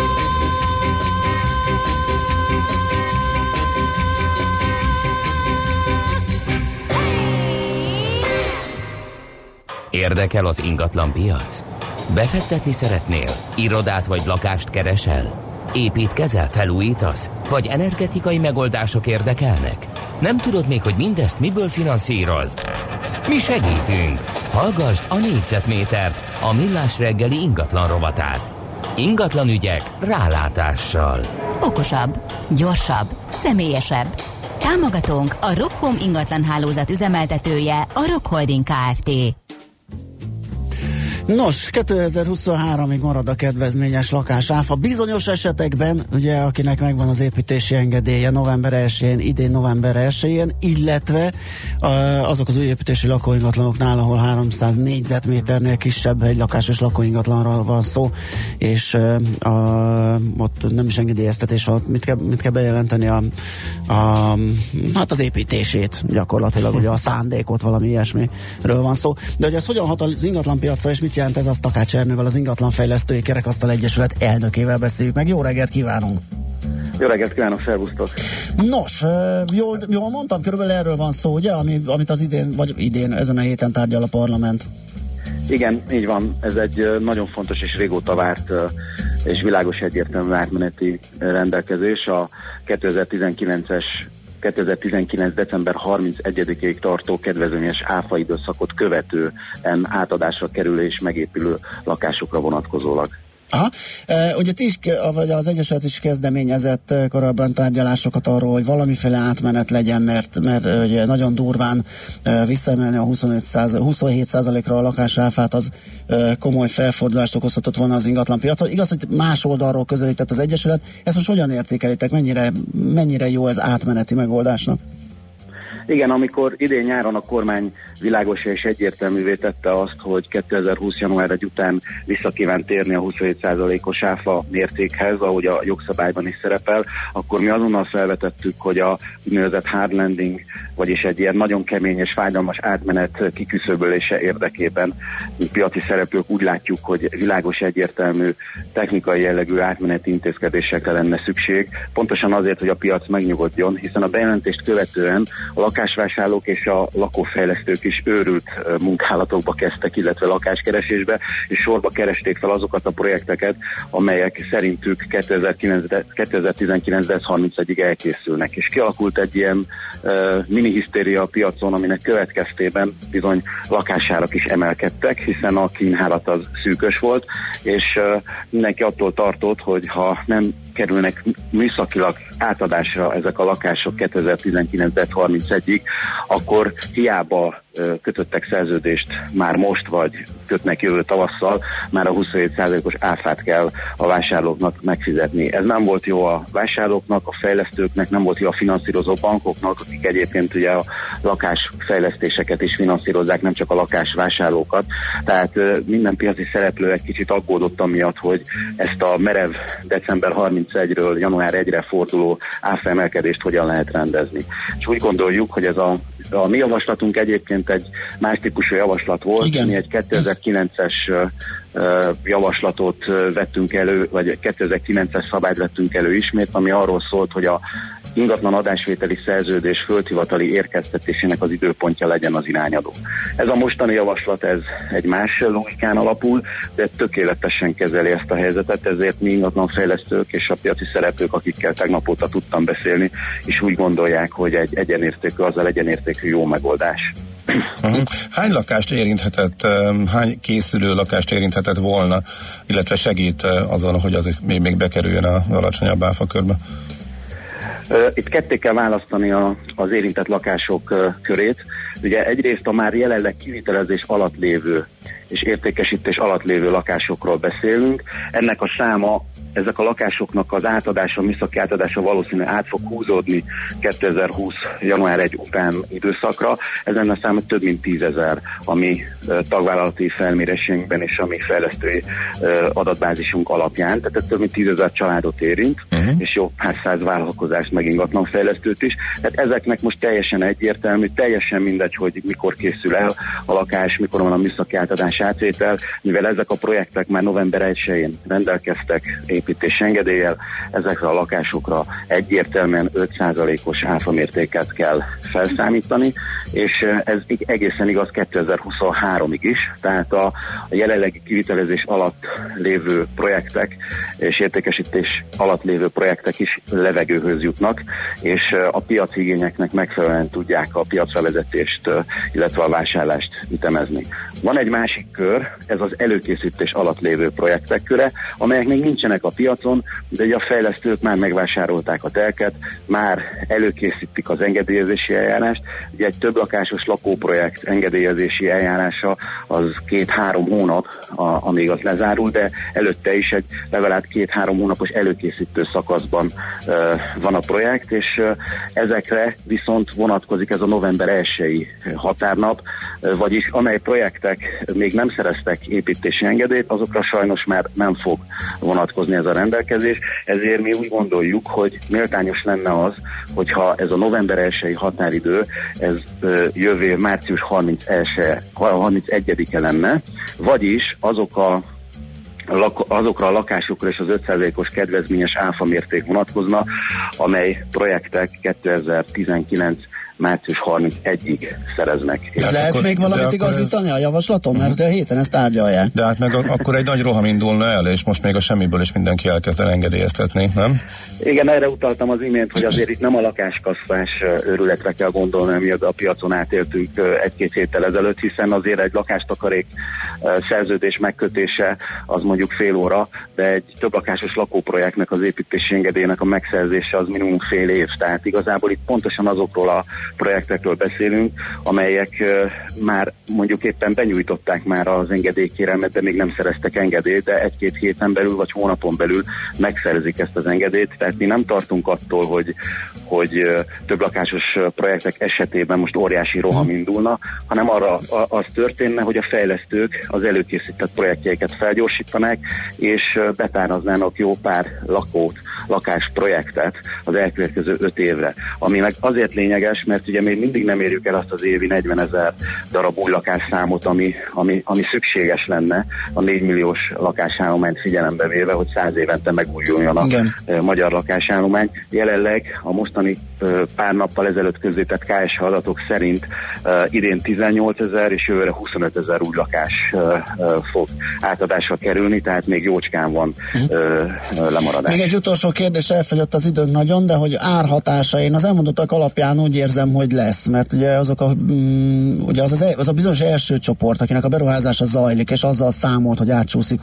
Érdekel az ingatlan piac? Befektetni szeretnél? Irodát vagy lakást keresel? Építkezel, felújítasz? Vagy energetikai megoldások érdekelnek? Nem tudod még, hogy mindezt miből finanszírozd? Mi segítünk! Hallgasd a négyzetmétert, a Millás reggeli ingatlan rovatát. Ingatlan ügyek rálátással. Okosabb, gyorsabb, személyesebb. Támogatónk a Rockhome ingatlan hálózat üzemeltetője, a Rock Holding Kft. Nos, kétezer-huszonháromig marad a kedvezményes lakásáfa. Bizonyos esetekben, ugye, akinek megvan az építési engedélye november elsején, idén november elsején, illetve azok az új építési lakóingatlanoknál, ahol háromszáz négyzetméternél kisebb egy lakásos lakóingatlanról van szó, és a, ott nem is engedélyeztetés van, mit kell, mit kell bejelenteni a, a, hát az építését, gyakorlatilag ugye a szándékot, valami ilyesmiről van szó. De hogy ez hogyan hat az ingatlanpiacra, és mit jelent ez? Az Takács Ernővel, az Ingatlanfejlesztői Kerekasztal Egyesület elnökével beszéljük meg. Jó reggelt kívánunk! Jó reggelt kívánok, szervusztok! Nos, jól, jól mondtam, körülbelül erről van szó, ugye, Ami, amit az idén, vagy idén, ezen a héten tárgyal a parlament. Igen, így van. Ez egy nagyon fontos és régóta várt és világos egyértelmű átmeneti rendelkezés. A kétezer-tizenkilences kétezer-tizenkilenc. december harmincegyedikéig tartó kedvezményes áfa időszakot követően átadásra kerülő és megépülő lakásokra vonatkozólag. Aha. E, ugye ti is, vagy az Egyesület is kezdeményezett korábban tárgyalásokat arról, hogy valamiféle átmenet legyen, mert, mert ugye nagyon durván e, visszaemelni a huszonöt százalék, huszonhét százalékra a lakásáfát, az e, komoly felfordulást okozhatott volna az ingatlan piacon. Igaz, hogy más oldalról közelített az Egyesület. Ezt most hogyan értékelitek? Mennyire, mennyire jó ez átmeneti megoldásnak? Igen, amikor idén nyáron a kormány világosan és egyértelművé tette azt, hogy kétezer-húsz. január elseje után vissza kíván térni a huszonhét százalékos áfa mértékhez, ahogy a jogszabályban is szerepel, akkor mi azonnal felvetettük, hogy a úgynevezett hard landing, vagyis egy ilyen nagyon kemény és fájdalmas átmenet kiküszöbölése érdekében, mint piaci szereplők úgy látjuk, hogy világos egyértelmű technikai jellegű átmeneti intézkedésekre lenne szükség, pontosan azért, hogy a piac megnyugodjon, hiszen a bejelentést követően a lakásvásárlók és a lakófejlesztők is őrült munkálatokba kezdtek, illetve lakáskeresésbe, és sorba keresték fel azokat a projekteket, amelyek szerintük kétezer-tizenkilenc. harmincegyedikéig elkészülnek. És kialakult egy ilyen uh, mini hisztéria a piacon, aminek következtében bizony lakásárak is emelkedtek, hiszen a kínálat az szűkös volt, és uh, mindenki attól tartott, hogy ha nem kerülnek műszakilag átadásra ezek a lakások kétezer-tizenkilenc. harmincegyedikéig, akkor hiába kötöttek szerződést már most, vagy kötnek jövő tavasszal, már a huszonhét százalékos áfát kell a vásárlóknak megfizetni. Ez nem volt jó a vásárlóknak, a fejlesztőknek, nem volt jó a finanszírozó bankoknak, akik egyébként ugye a lakásfejlesztéseket is finanszírozzák, nem csak a lakásvásárlókat. Tehát minden piaci szereplő egy kicsit aggódott amiatt, hogy ezt a merev december harmincegyedikéről január elsejére forduló áfa emelkedést hogyan lehet rendezni. És úgy gondoljuk, hogy ez a A mi javaslatunk egyébként egy más típusú javaslat volt. Igen. Mi egy kétezer-kilences uh, javaslatot vettünk elő, vagy kétezer-kilences szabályt vettünk elő ismét, ami arról szólt, hogy a ingatlan adásvételi szerződés földhivatali érkeztetésének az időpontja legyen az irányadó. Ez a mostani javaslat, ez egy más logikán alapul, de tökéletesen kezeli ezt a helyzetet, ezért mi ingatlanfejlesztők és a piaci szereplők, akikkel tegnap óta tudtam beszélni, és úgy gondolják, hogy egy egyenértékű, azzal egyenértékű jó megoldás. Uh-huh. Hány lakást érinthetett, hány készülő lakást érinthetett volna, illetve segít azon, hogy az még, még bekerüljön az alacsonyabb áfakörbe? Itt ketté kell választani a, az érintett lakások uh, körét. Ugye egyrészt a már jelenleg kivitelezés alatt lévő és értékesítés alatt lévő lakásokról beszélünk. Ennek a száma, ezek a lakásoknak az átadása, műszaki átadása valószínűleg át fog húzódni kétezer-húsz. január elsejé után időszakra. Ezen a száma több mint tízezer, ami uh, tagvállalati felmérésünkben és a mi fejlesztői uh, adatbázisunk alapján. Tehát ez több mint tízezer családot érint, uh-huh. és jó pár száz vállalkozást, meg ingatlanfejlesztőt is. Tehát ezeknek most teljesen egyértelmű, teljesen mindegy, hogy mikor készül el a lakás, mikor van a műszaki átadás átvétel, mivel ezek a projektek már november elsején rendelkeztek építési engedéllyel, ezekre a lakásokra egyértelműen öt százalékos áfamértéket kell felszámítani, és ez egészen igaz kétezer-huszonháromig is, tehát a, a jelenlegi kivitelezés alatt lévő projektek és értékesítés alatt lévő projektek is levegőhöz jutnak, és a piaci igényeknek megfelelően tudják a piacra vezetést, illetve a vásárlást ütemezni. Van egy másik kör, ez az előkészítés alatt lévő projektek köre, amelyek még nincsenek a piacon, de ugye a fejlesztők már megvásárolták a telket, már előkészítik az engedélyezési eljárást. Ugye egy több lakásos lakóprojekt engedélyezési eljárása az két-három hónap, a, amíg az lezárul, de előtte is egy legalább két-három hónapos előkészítő szakaszban uh, van a projekt, és uh, ezekre viszont vonatkozik ez a november elsejei határnap, vagyis amely projektek még nem szereztek építési engedélyt, azokra sajnos már nem fog vonatkozni ez a rendelkezés, ezért mi úgy gondoljuk, hogy méltányos lenne az, hogyha ez a november elsői határidő, ez jövő március harmincegyedike lenne, vagyis azok a azokra a lakásokra és az öt százalékos kedvezményes áfa mérték vonatkozna, amely projektek kétezer-tizenkilenc március harmincegyedikéig szereznek. Ez lehet akkor, még valamit igazítani ez... a javaslaton? Mert a héten ezt tárgyalják. De hát meg a, akkor egy nagy roham indulna el, és most még a semmiből is mindenki elkezd el engedélyeztetni, nem? Igen, erre utaltam az imént, hogy azért itt nem a lakáskasszás őrületre kell gondolni, ami a piacon átéltünk egy-két héttel ezelőtt, hiszen azért egy lakástakarék szerződés megkötése az mondjuk fél óra, de egy több lakásos lakóprojektnek az építési engedélynek a megszerzése az minimum fél év. Tehát igazából itt pontosan azokról a projektekről beszélünk, amelyek uh, már mondjuk éppen benyújtották már az engedélykérelmet, de még nem szereztek engedélyt, de egy-két héten belül vagy hónapon belül megszerzik ezt az engedélyt. Tehát mi nem tartunk attól, hogy, hogy uh, több lakásos projektek esetében most óriási roham indulna, hanem arra a, az történne, hogy a fejlesztők az előkészített projektjeiket felgyorsítanák, és uh, betáraznának jó pár lakót, lakásprojektet az elkövetkező öt évre. Ami meg azért lényeges, mert ugye még mindig nem érjük el azt az évi negyvenezer darab új lakásszámot, ami, ami, ami szükséges lenne a négy milliós lakásállományt figyelembe véve, hogy száz évente megújuljon a Igen. magyar lakásállomány. Jelenleg a mostani pár nappal ezelőtt közzétett ká es há adatok szerint idén tizennyolcezer és jövőre huszonötezer új lakás fog átadásra kerülni, tehát még jócskán van uh-huh. lemaradás. Még egy utolsó kérdés, elfogyott az időnk nagyon, de hogy árhatása, én az elmondottak alapján úgy érzem, hogy lesz, mert ugye azok a, um, ugye az, az, az a bizonyos első csoport, akinek a beruházása zajlik, és azzal számolt, hogy átcsúszik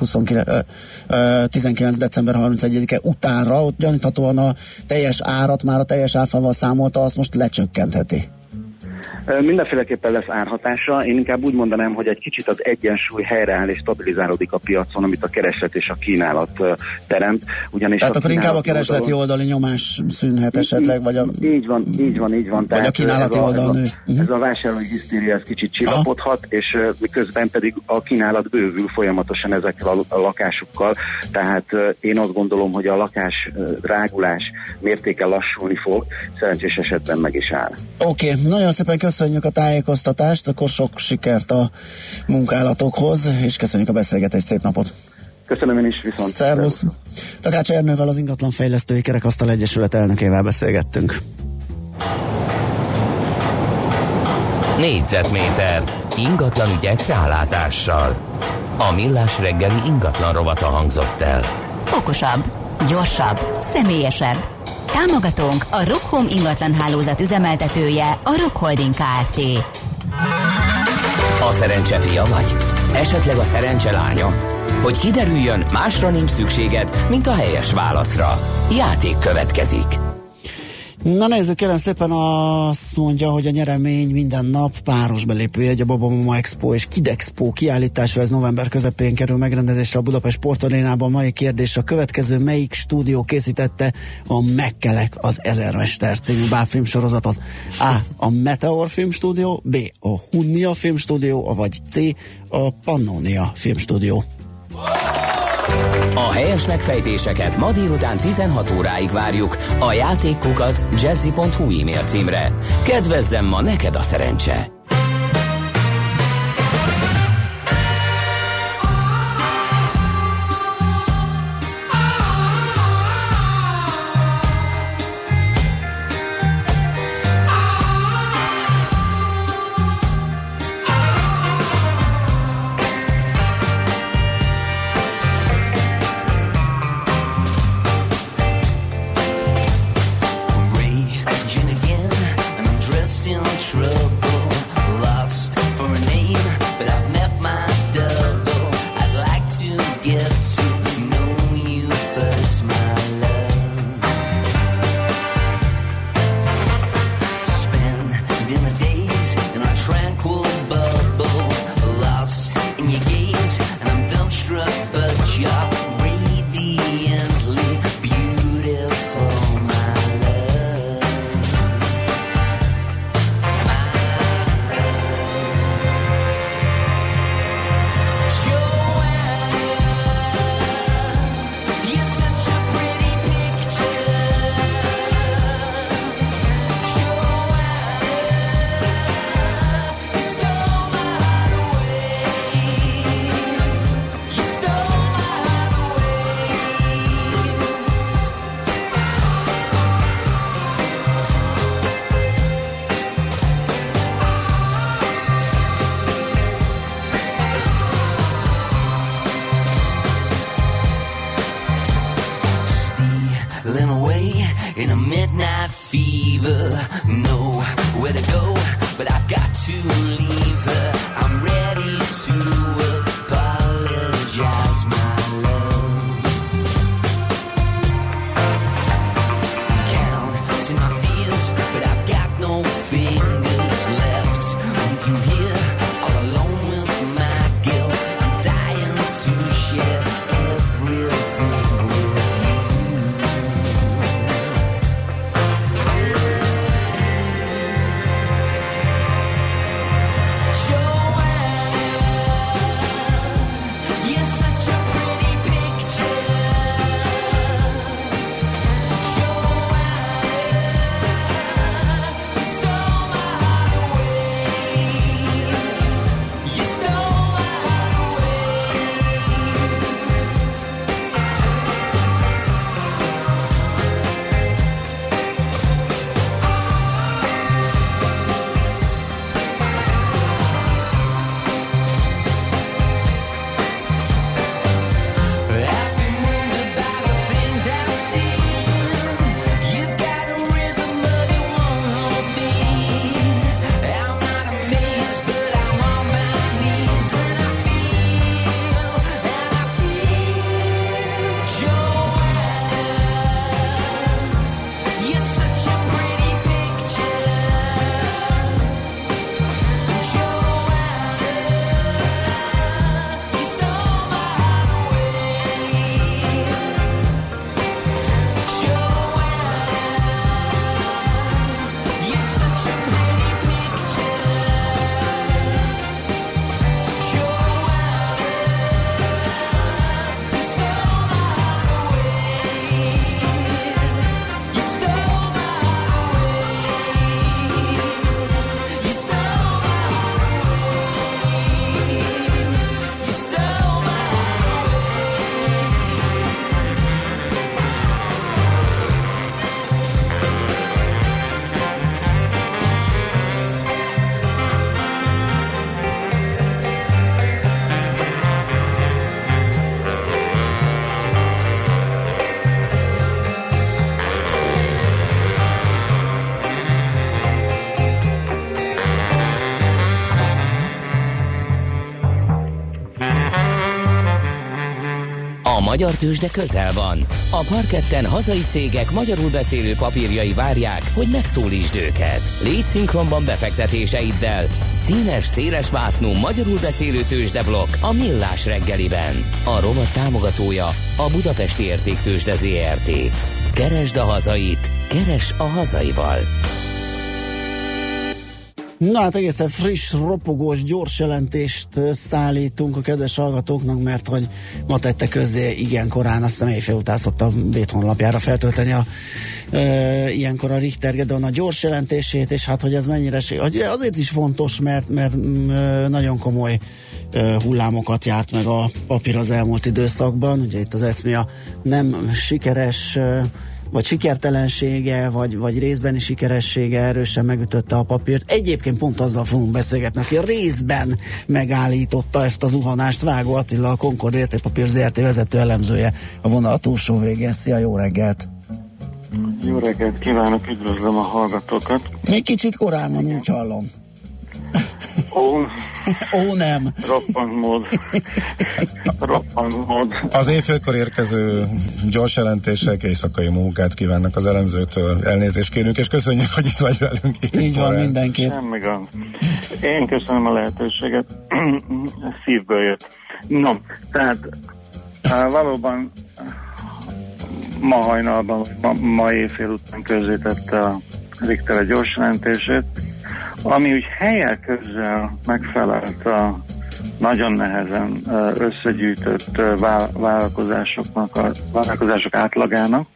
tizenkilenc december harmincegyedike utánra, ott gyaníthatóan a teljes árat, már a teljes áfával számolta, azt most lecsökkentheti. Mindenféleképpen lesz árhatása. Én inkább úgy mondanám, hogy egy kicsit az egyensúly helyreáll és stabilizálódik a piacon, amit a kereslet és a kínálat teremt. Ugyanis Tehát akkor inkább a keresleti oldalon... oldali nyomás szűnhet esetleg, vagy a... Így van, így van, így van. Vagy Tehát a kínálati oldal nő. Ez a, ez a vásárlói hisztéria, ez kicsit csillapodhat, Aha. és uh, miközben pedig a kínálat bővül folyamatosan ezekkel a, a lakásokkal. Tehát uh, én azt gondolom, hogy a lakás uh, drágulás mértéke lassulni fog, szerencsés esetben meg is áll. Oké, okay. Nagyon szépen köszönjük a tájékoztatást, akkor sok sikert a munkálatokhoz, és köszönjük a beszélgetést, szép napot! Köszönöm én is, viszont! Szervusz! Takács Ernővel, az Ingatlanfejlesztői Kerekasztal Egyesület elnökével beszélgettünk. Négyzetméter ingatlan ügyek rálátással. A Millás reggeli ingatlan rovata hangzott el. Okosabb, gyorsabb, személyesebb. Támogatónk a Rock Home ingatlan hálózat üzemeltetője, a Rock Holding Kft. A szerencse fia vagy? Esetleg a szerencse lánya? Hogy kiderüljön, másra nincs szükséged, mint a helyes válaszra. Játék következik. Na nézzük, kérem szépen, azt mondja, hogy a nyeremény minden nap páros belépőjegy a Baba Mama Expo és Kid Expo kiállításra, ez november közepén kerül megrendezésre a Budapest Sportarénában. Mai kérdés a következő: melyik stúdió készítette a Mekkelek az Ezermester című bábfilm sorozatot? A. A Meteor Filmstúdió, B. A Hunnia Filmstúdió, vagy C. A Pannonia Filmstúdió. A helyes megfejtéseket ma délután tizenhat óráig várjuk a játékkukac jazzy pont hu e-mail címre. Kedvezzem ma neked a szerencse! Raging again, and I'm dressed in trouble. magyar tőzsde közel van. A parketten hazai cégek magyarul beszélő papírjai várják, hogy megszólítsd őket. Légy szinkronban befektetéseiddel. Színes, széles vásznú magyarul beszélő tőzsdeblokk a Millás reggeliben. A rovat támogatója a Budapesti Értéktőzsde zé er té. Keresd a hazait, keres a hazaival. Na hát egészen friss, ropogós, gyors jelentést szállítunk a kedves hallgatóknak, mert hogy ma tette közzé igen korán, azt hiszem éjfél után szokta a Bét honlapjára feltölteni a, e, ilyenkor a Richter Gedeon a gyors jelentését, és hát hogy ez mennyire, azért is fontos, mert, mert nagyon komoly e, hullámokat járt meg a papír az elmúlt időszakban, ugye itt az eszmia nem sikeres vagy sikertelensége, vagy, vagy részbeni sikeressége erősen megütötte a papírt. Egyébként pont azzal fogunk beszélgetni, aki részben megállította ezt a zuhanást. Vágó Attila, a Concord Értékpapír zé er té vezető elemzője a vonal túlsó végén. Szia, jó reggelt! Jó reggelt kívánok, üdvözlöm a hallgatókat! Egy kicsit korán van, úgy hallom. Ó, Ó nem. Roppant mód. Roppant mód. Az éjfélkor érkező gyors jelentések éjszakai munkát kívánnak az elemzőtől. Elnézést kérünk, és köszönjük, hogy itt vagy velünk. Így van, mindenképp. Semmi gond. Én köszönöm a lehetőséget. Szívből jött. No, tehát valóban ma hajnalban, ma, ma éjfél után közzétette a Richter a gyors jelentését, ami úgy helyel közzel megfelelt a nagyon nehezen összegyűjtött vállalkozásoknak, a vállalkozások átlagának.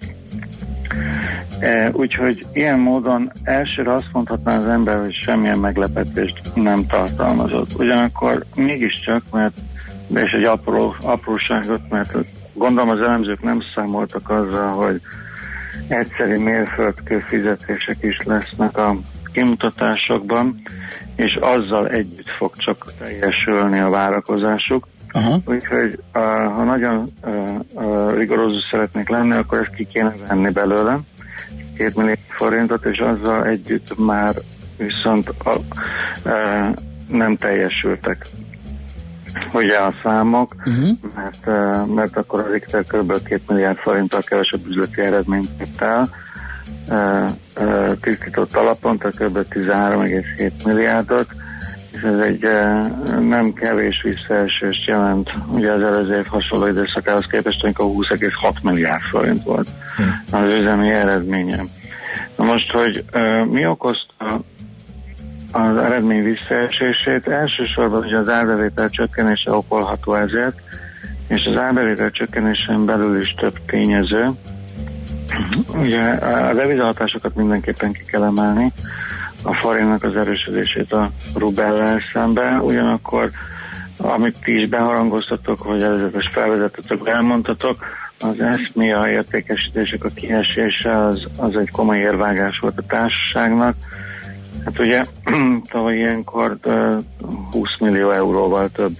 Úgyhogy ilyen módon elsőre azt mondhatná az ember, hogy semmilyen meglepetést nem tartalmazott. Ugyanakkor mégiscsak, mert és egy apró, apróságot, mert gondolom az elemzők nem számoltak azzal, hogy egyszeri mérföldkő fizetések is lesznek a kimutatásokban, és azzal együtt fog csak teljesülni a várakozásuk. Aha. Úgyhogy uh, ha nagyon uh, uh, rigorózus szeretnék lenni, akkor ezt ki kéne venni belőle, két milliárd forintot, és azzal együtt már viszont uh, uh, nem teljesültek ugye a számok, uh-huh. mert, uh, mert akkor a Richter kb. két milliárd forinttal kevesebb üzleti eredményt tett el, uh, uh, tisztított alapon, tehát kb. tizenhárom egész hét milliárdot, és ez egy uh, nem kevés visszaesést jelent, ugye az előző év hasonló időszakához képest, amikor húsz egész hat milliárd forint volt uh-huh. az üzemi eredménye. Na most, hogy uh, mi okozta az eredmény visszaesését, elsősorban ugye az árbevétel csökkenése okolható ezért, és az árbevétel csökkenésen belül is több tényező. Ugye a devizahatásokat mindenképpen ki kell emelni, a forintnak az erősödését a rubellel szemben, ugyanakkor amit ti is beharangoztatok, vagy előzetes felvezettetek, elmondtatok, az eszmia értékesítések a kiesése az, az egy komoly érvágás volt a társaságnak. Hát ugye tavaly ilyenkor húsz millió euróval több,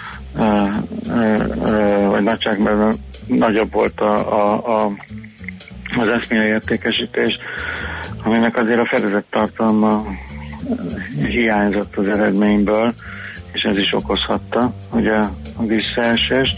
vagy nagyságban nagyobb volt a, a, a, az eszmia értékesítés, aminek azért a fedezett tartalma hiányzott az eredményből, és ez is okozhatta ugye a visszaesést.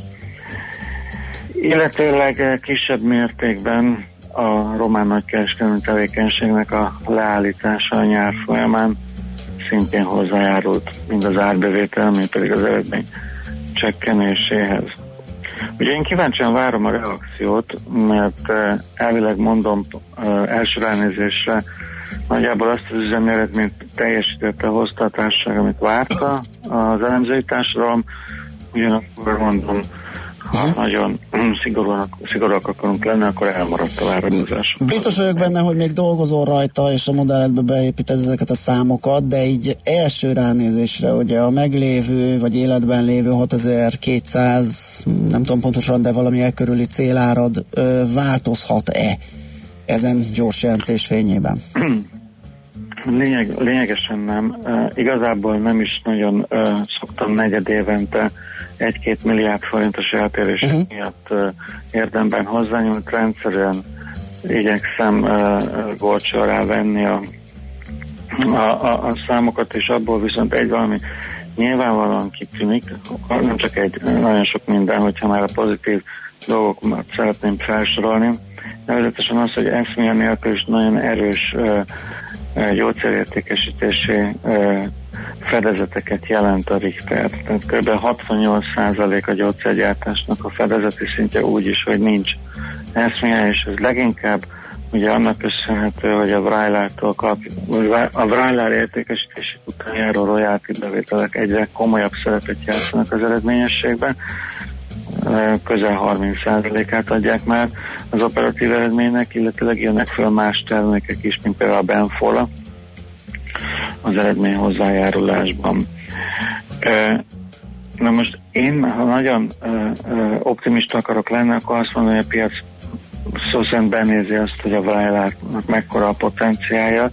Illetőleg kisebb mértékben a román nagykereskedelmi tevékenységnek a leállítása a nyár folyamán szintén hozzájárult mind az árbevétel, mind pedig az eredmény csökkenéséhez. Ugye én kíváncsian várom a reakciót, mert elvileg mondom első ránézésre nagyjából azt az üzemi eredményt teljesítette, hozta a társaság, amit várta az elemzői társadalom, ugyanakkor mondom, ha nagyon szigorúak, szigorúak akarunk lenni, akkor elmaradt a várakozás. Biztos vagyok benne, hogy még dolgozol rajta, és a modelletbe beépíted ezeket a számokat, de így első ránézésre, ugye a meglévő, vagy életben lévő hatezer-kétszáz, nem tudom pontosan, de valami e körüli célárad ö, változhat-e ezen gyors jelentés fényében? Lényeg, lényegesen nem. Uh, igazából nem is nagyon uh, szoktam negyed évente egy-két milliárd forintos eltérések uh-huh. miatt uh, érdemben hozzányúlt. Rendszerűen igyekszem uh, górcső alá venni a, a, a, a számokat, és abból viszont egy valami nyilvánvalóan kitűnik, nem csak egy, nagyon sok minden, hogyha már a pozitív dolgokat szeretném felsorolni. Nevezetesen az, hogy eszmény nélkül is nagyon erős uh, uh, gyógyszerértékesítési uh, fedezeteket jelent a Richter. Tehát kb. hatvannyolc százalék a gyógyszergyártásnak a fedezeti szintje úgy is, hogy nincs eszmélye, és ez leginkább ugye annak köszönhető, hogy a Vrajlártól kap, a Vrajlár értékesítési után járó royalty bevételek egyre komolyabb szerepet játszanak az eredményességben. Közel harminc százalékát adják már az operatív eredménynek, illetve jönnek föl más termékek is, mint például a Benfola az eredmény hozzájárulásban. Na most én, ha nagyon optimista akarok lenni, akkor azt mondom, hogy a piac szó szerint benézi azt, hogy a Vrajlárnak mekkora a potenciálja.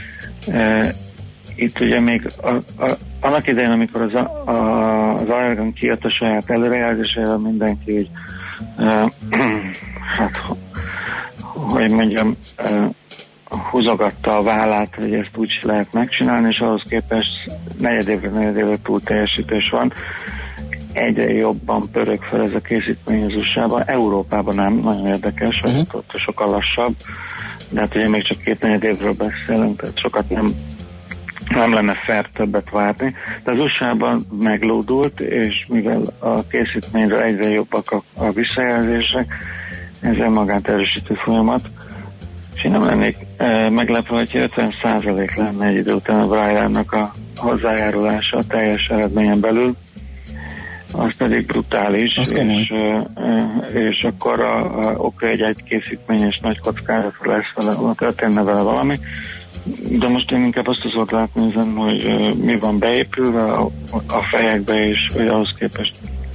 Itt ugye még a, a, annak idején, amikor az, a, az Allergan kijött a saját előrejelzésével, mindenki így, uh, hát, hogy mondjam, uh, húzogatta a vállát, hogy ezt úgy lehet megcsinálni, és ahhoz képest negyedévre negyedévre túl teljesítés van. Egyre jobban pörög fel ez a készítmény az u es á-ban. Európában nem, nagyon érdekes, uh-huh. ott, ott sokkal lassabb, de hát ugye még csak két negyedévről beszélünk, tehát sokat nem nem lenne fair többet várni, de az u es á-ban meglódult, és mivel a készítményről egyre jobbak a, a visszajelzések, ez magát erősítő folyamat, és én nem lennék e, meglepve, hogy ötven százalék lenne egy idő után a Vrajlárnak a hozzájárulása a teljes eredményen belül, az pedig brutális, és, e, és akkor a, a, oké, egy egy készítményes nagy kockázatra lesz vele, történne vele valami, de most én inkább azt az oldalát nézem, hogy uh, mi van beépülve a, a fejekbe, és hogy ahhoz képest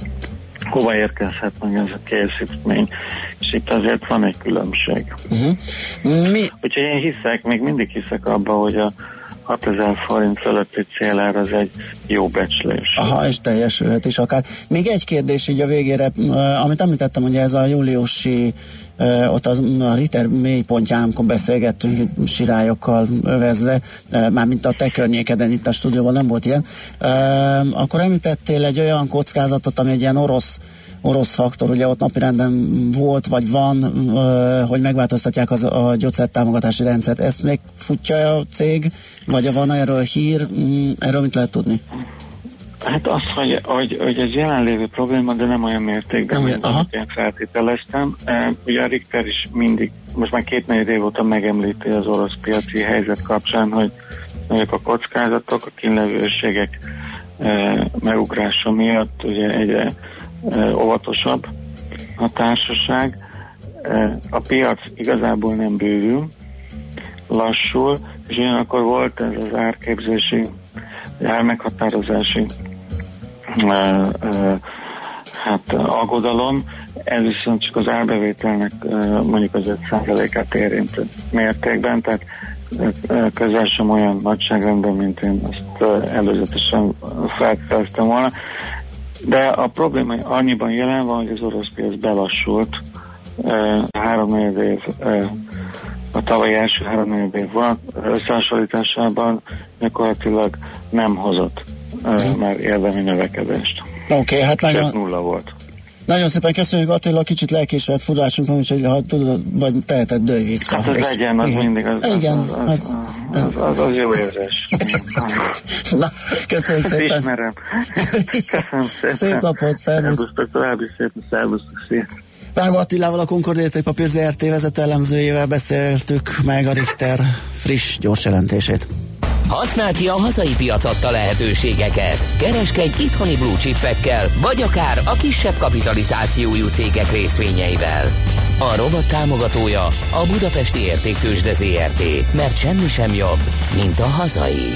hova érkezhet meg ez a készítmény. És itt azért van egy különbség. Uh-huh. Mi? Úgyhogy én hiszek, még mindig hiszek abba, hogy a hatezer forint fölötti célár az egy jó becslés. Aha, és teljesülhet is akár. Még egy kérdés így a végére, amit említettem, hogy ez a júliusi ott az, a Ritter mélypontján, amikor beszélgettünk sirályokkal övezve, mármint a te környékeden, itt a stúdióban nem volt ilyen, akkor említettél egy olyan kockázatot, ami egy ilyen orosz orosz faktor, ugye ott napirenden volt, vagy van, hogy megváltoztatják az, a gyógyszertámogatási rendszert. Ezt még futja a cég, vagy van erről hír? Erről mit lehet tudni? Hát az, hogy, hogy, hogy ez jelenlévő probléma, de nem olyan mértékben, nem, mint amit én feltételeztem. Ugye a Richter is mindig, most már két negyed év óta megemlíti az orosz piaci helyzet kapcsán, hogy nagyok a kockázatok, a kínlevőségek megugrása miatt ugye egyre óvatosabb a társaság. A piac igazából nem bővül, lassul, és ugyanakkor volt ez az árképzési, ármeghatározási hát aggodalom, ez viszont csak az árbevételnek mondjuk az öt százalékát érintő mértékben, tehát közel sem olyan nagyságrendben, mint én azt előzetesen feltételeztem volna. De a probléma annyiban jelen van, hogy az orosz piac belassult. Három-négy év, a tavalyi első három-négy év van összehasonlításában gyakorlatilag nem hozott már érdemi növekedést. Oké, okay, hát nagyon... nulla volt. Nagyon szépen köszönjük, Attila, kicsit lelkésvett furásunk van, úgyhogy ha tudod, vagy teheted, dőj vissza. Hát ez és legyen, az igen. mindig az, igen, az, az, az, az, az, az jó érzés. Na, köszönjük szépen. Ismerem. Köszönöm szépen. Szép napot, szervusz. Szervusztok, további szép, szervusztok, szép. Vágó Attilával, a Concord Értékpapír zé er té vezető elemzőjével beszéltük meg a Richter friss, gyors jelentését. Használd ki a hazai piac adta lehetőségeket. Kereskedj itthoni blue chipekkel, vagy akár a kisebb kapitalizációjú cégek részvényeivel. A rovat támogatója a Budapesti Értéktőzsde zé er té, mert semmi sem jobb, mint a hazai.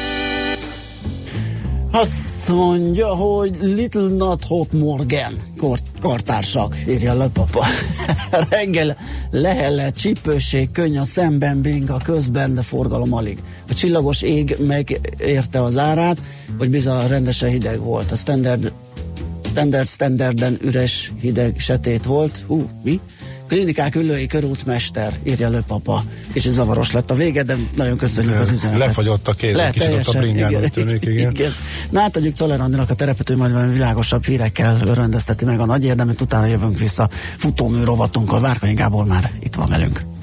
Azt mondja, hogy Little Not Hot Morgan, kort, kartársak, írja le papa. Reggel lehellett, csípőség, könny a szemben, bing a közben, de forgalom alig. A csillagos ég megérte az árát, hogy bizony rendesen hideg volt. A standard, standard standarden üres, hideg, sötét volt. Hú, mi? Klinikák Üllői körútmester, írja Lőpapa. Kicsit zavaros lett a vége, de nagyon köszönjük az üzenetet. Lefagyott a kéz, kicsit ott a bringában tűnik, igen. igen. Na átadjuk Czoller Andinak a terepető, majd valami világosabb hírekkel rendezteti meg a nagy érdemét, utána jövünk vissza futómű rovatunkkal. Várkonyi Gábor már itt van velünk.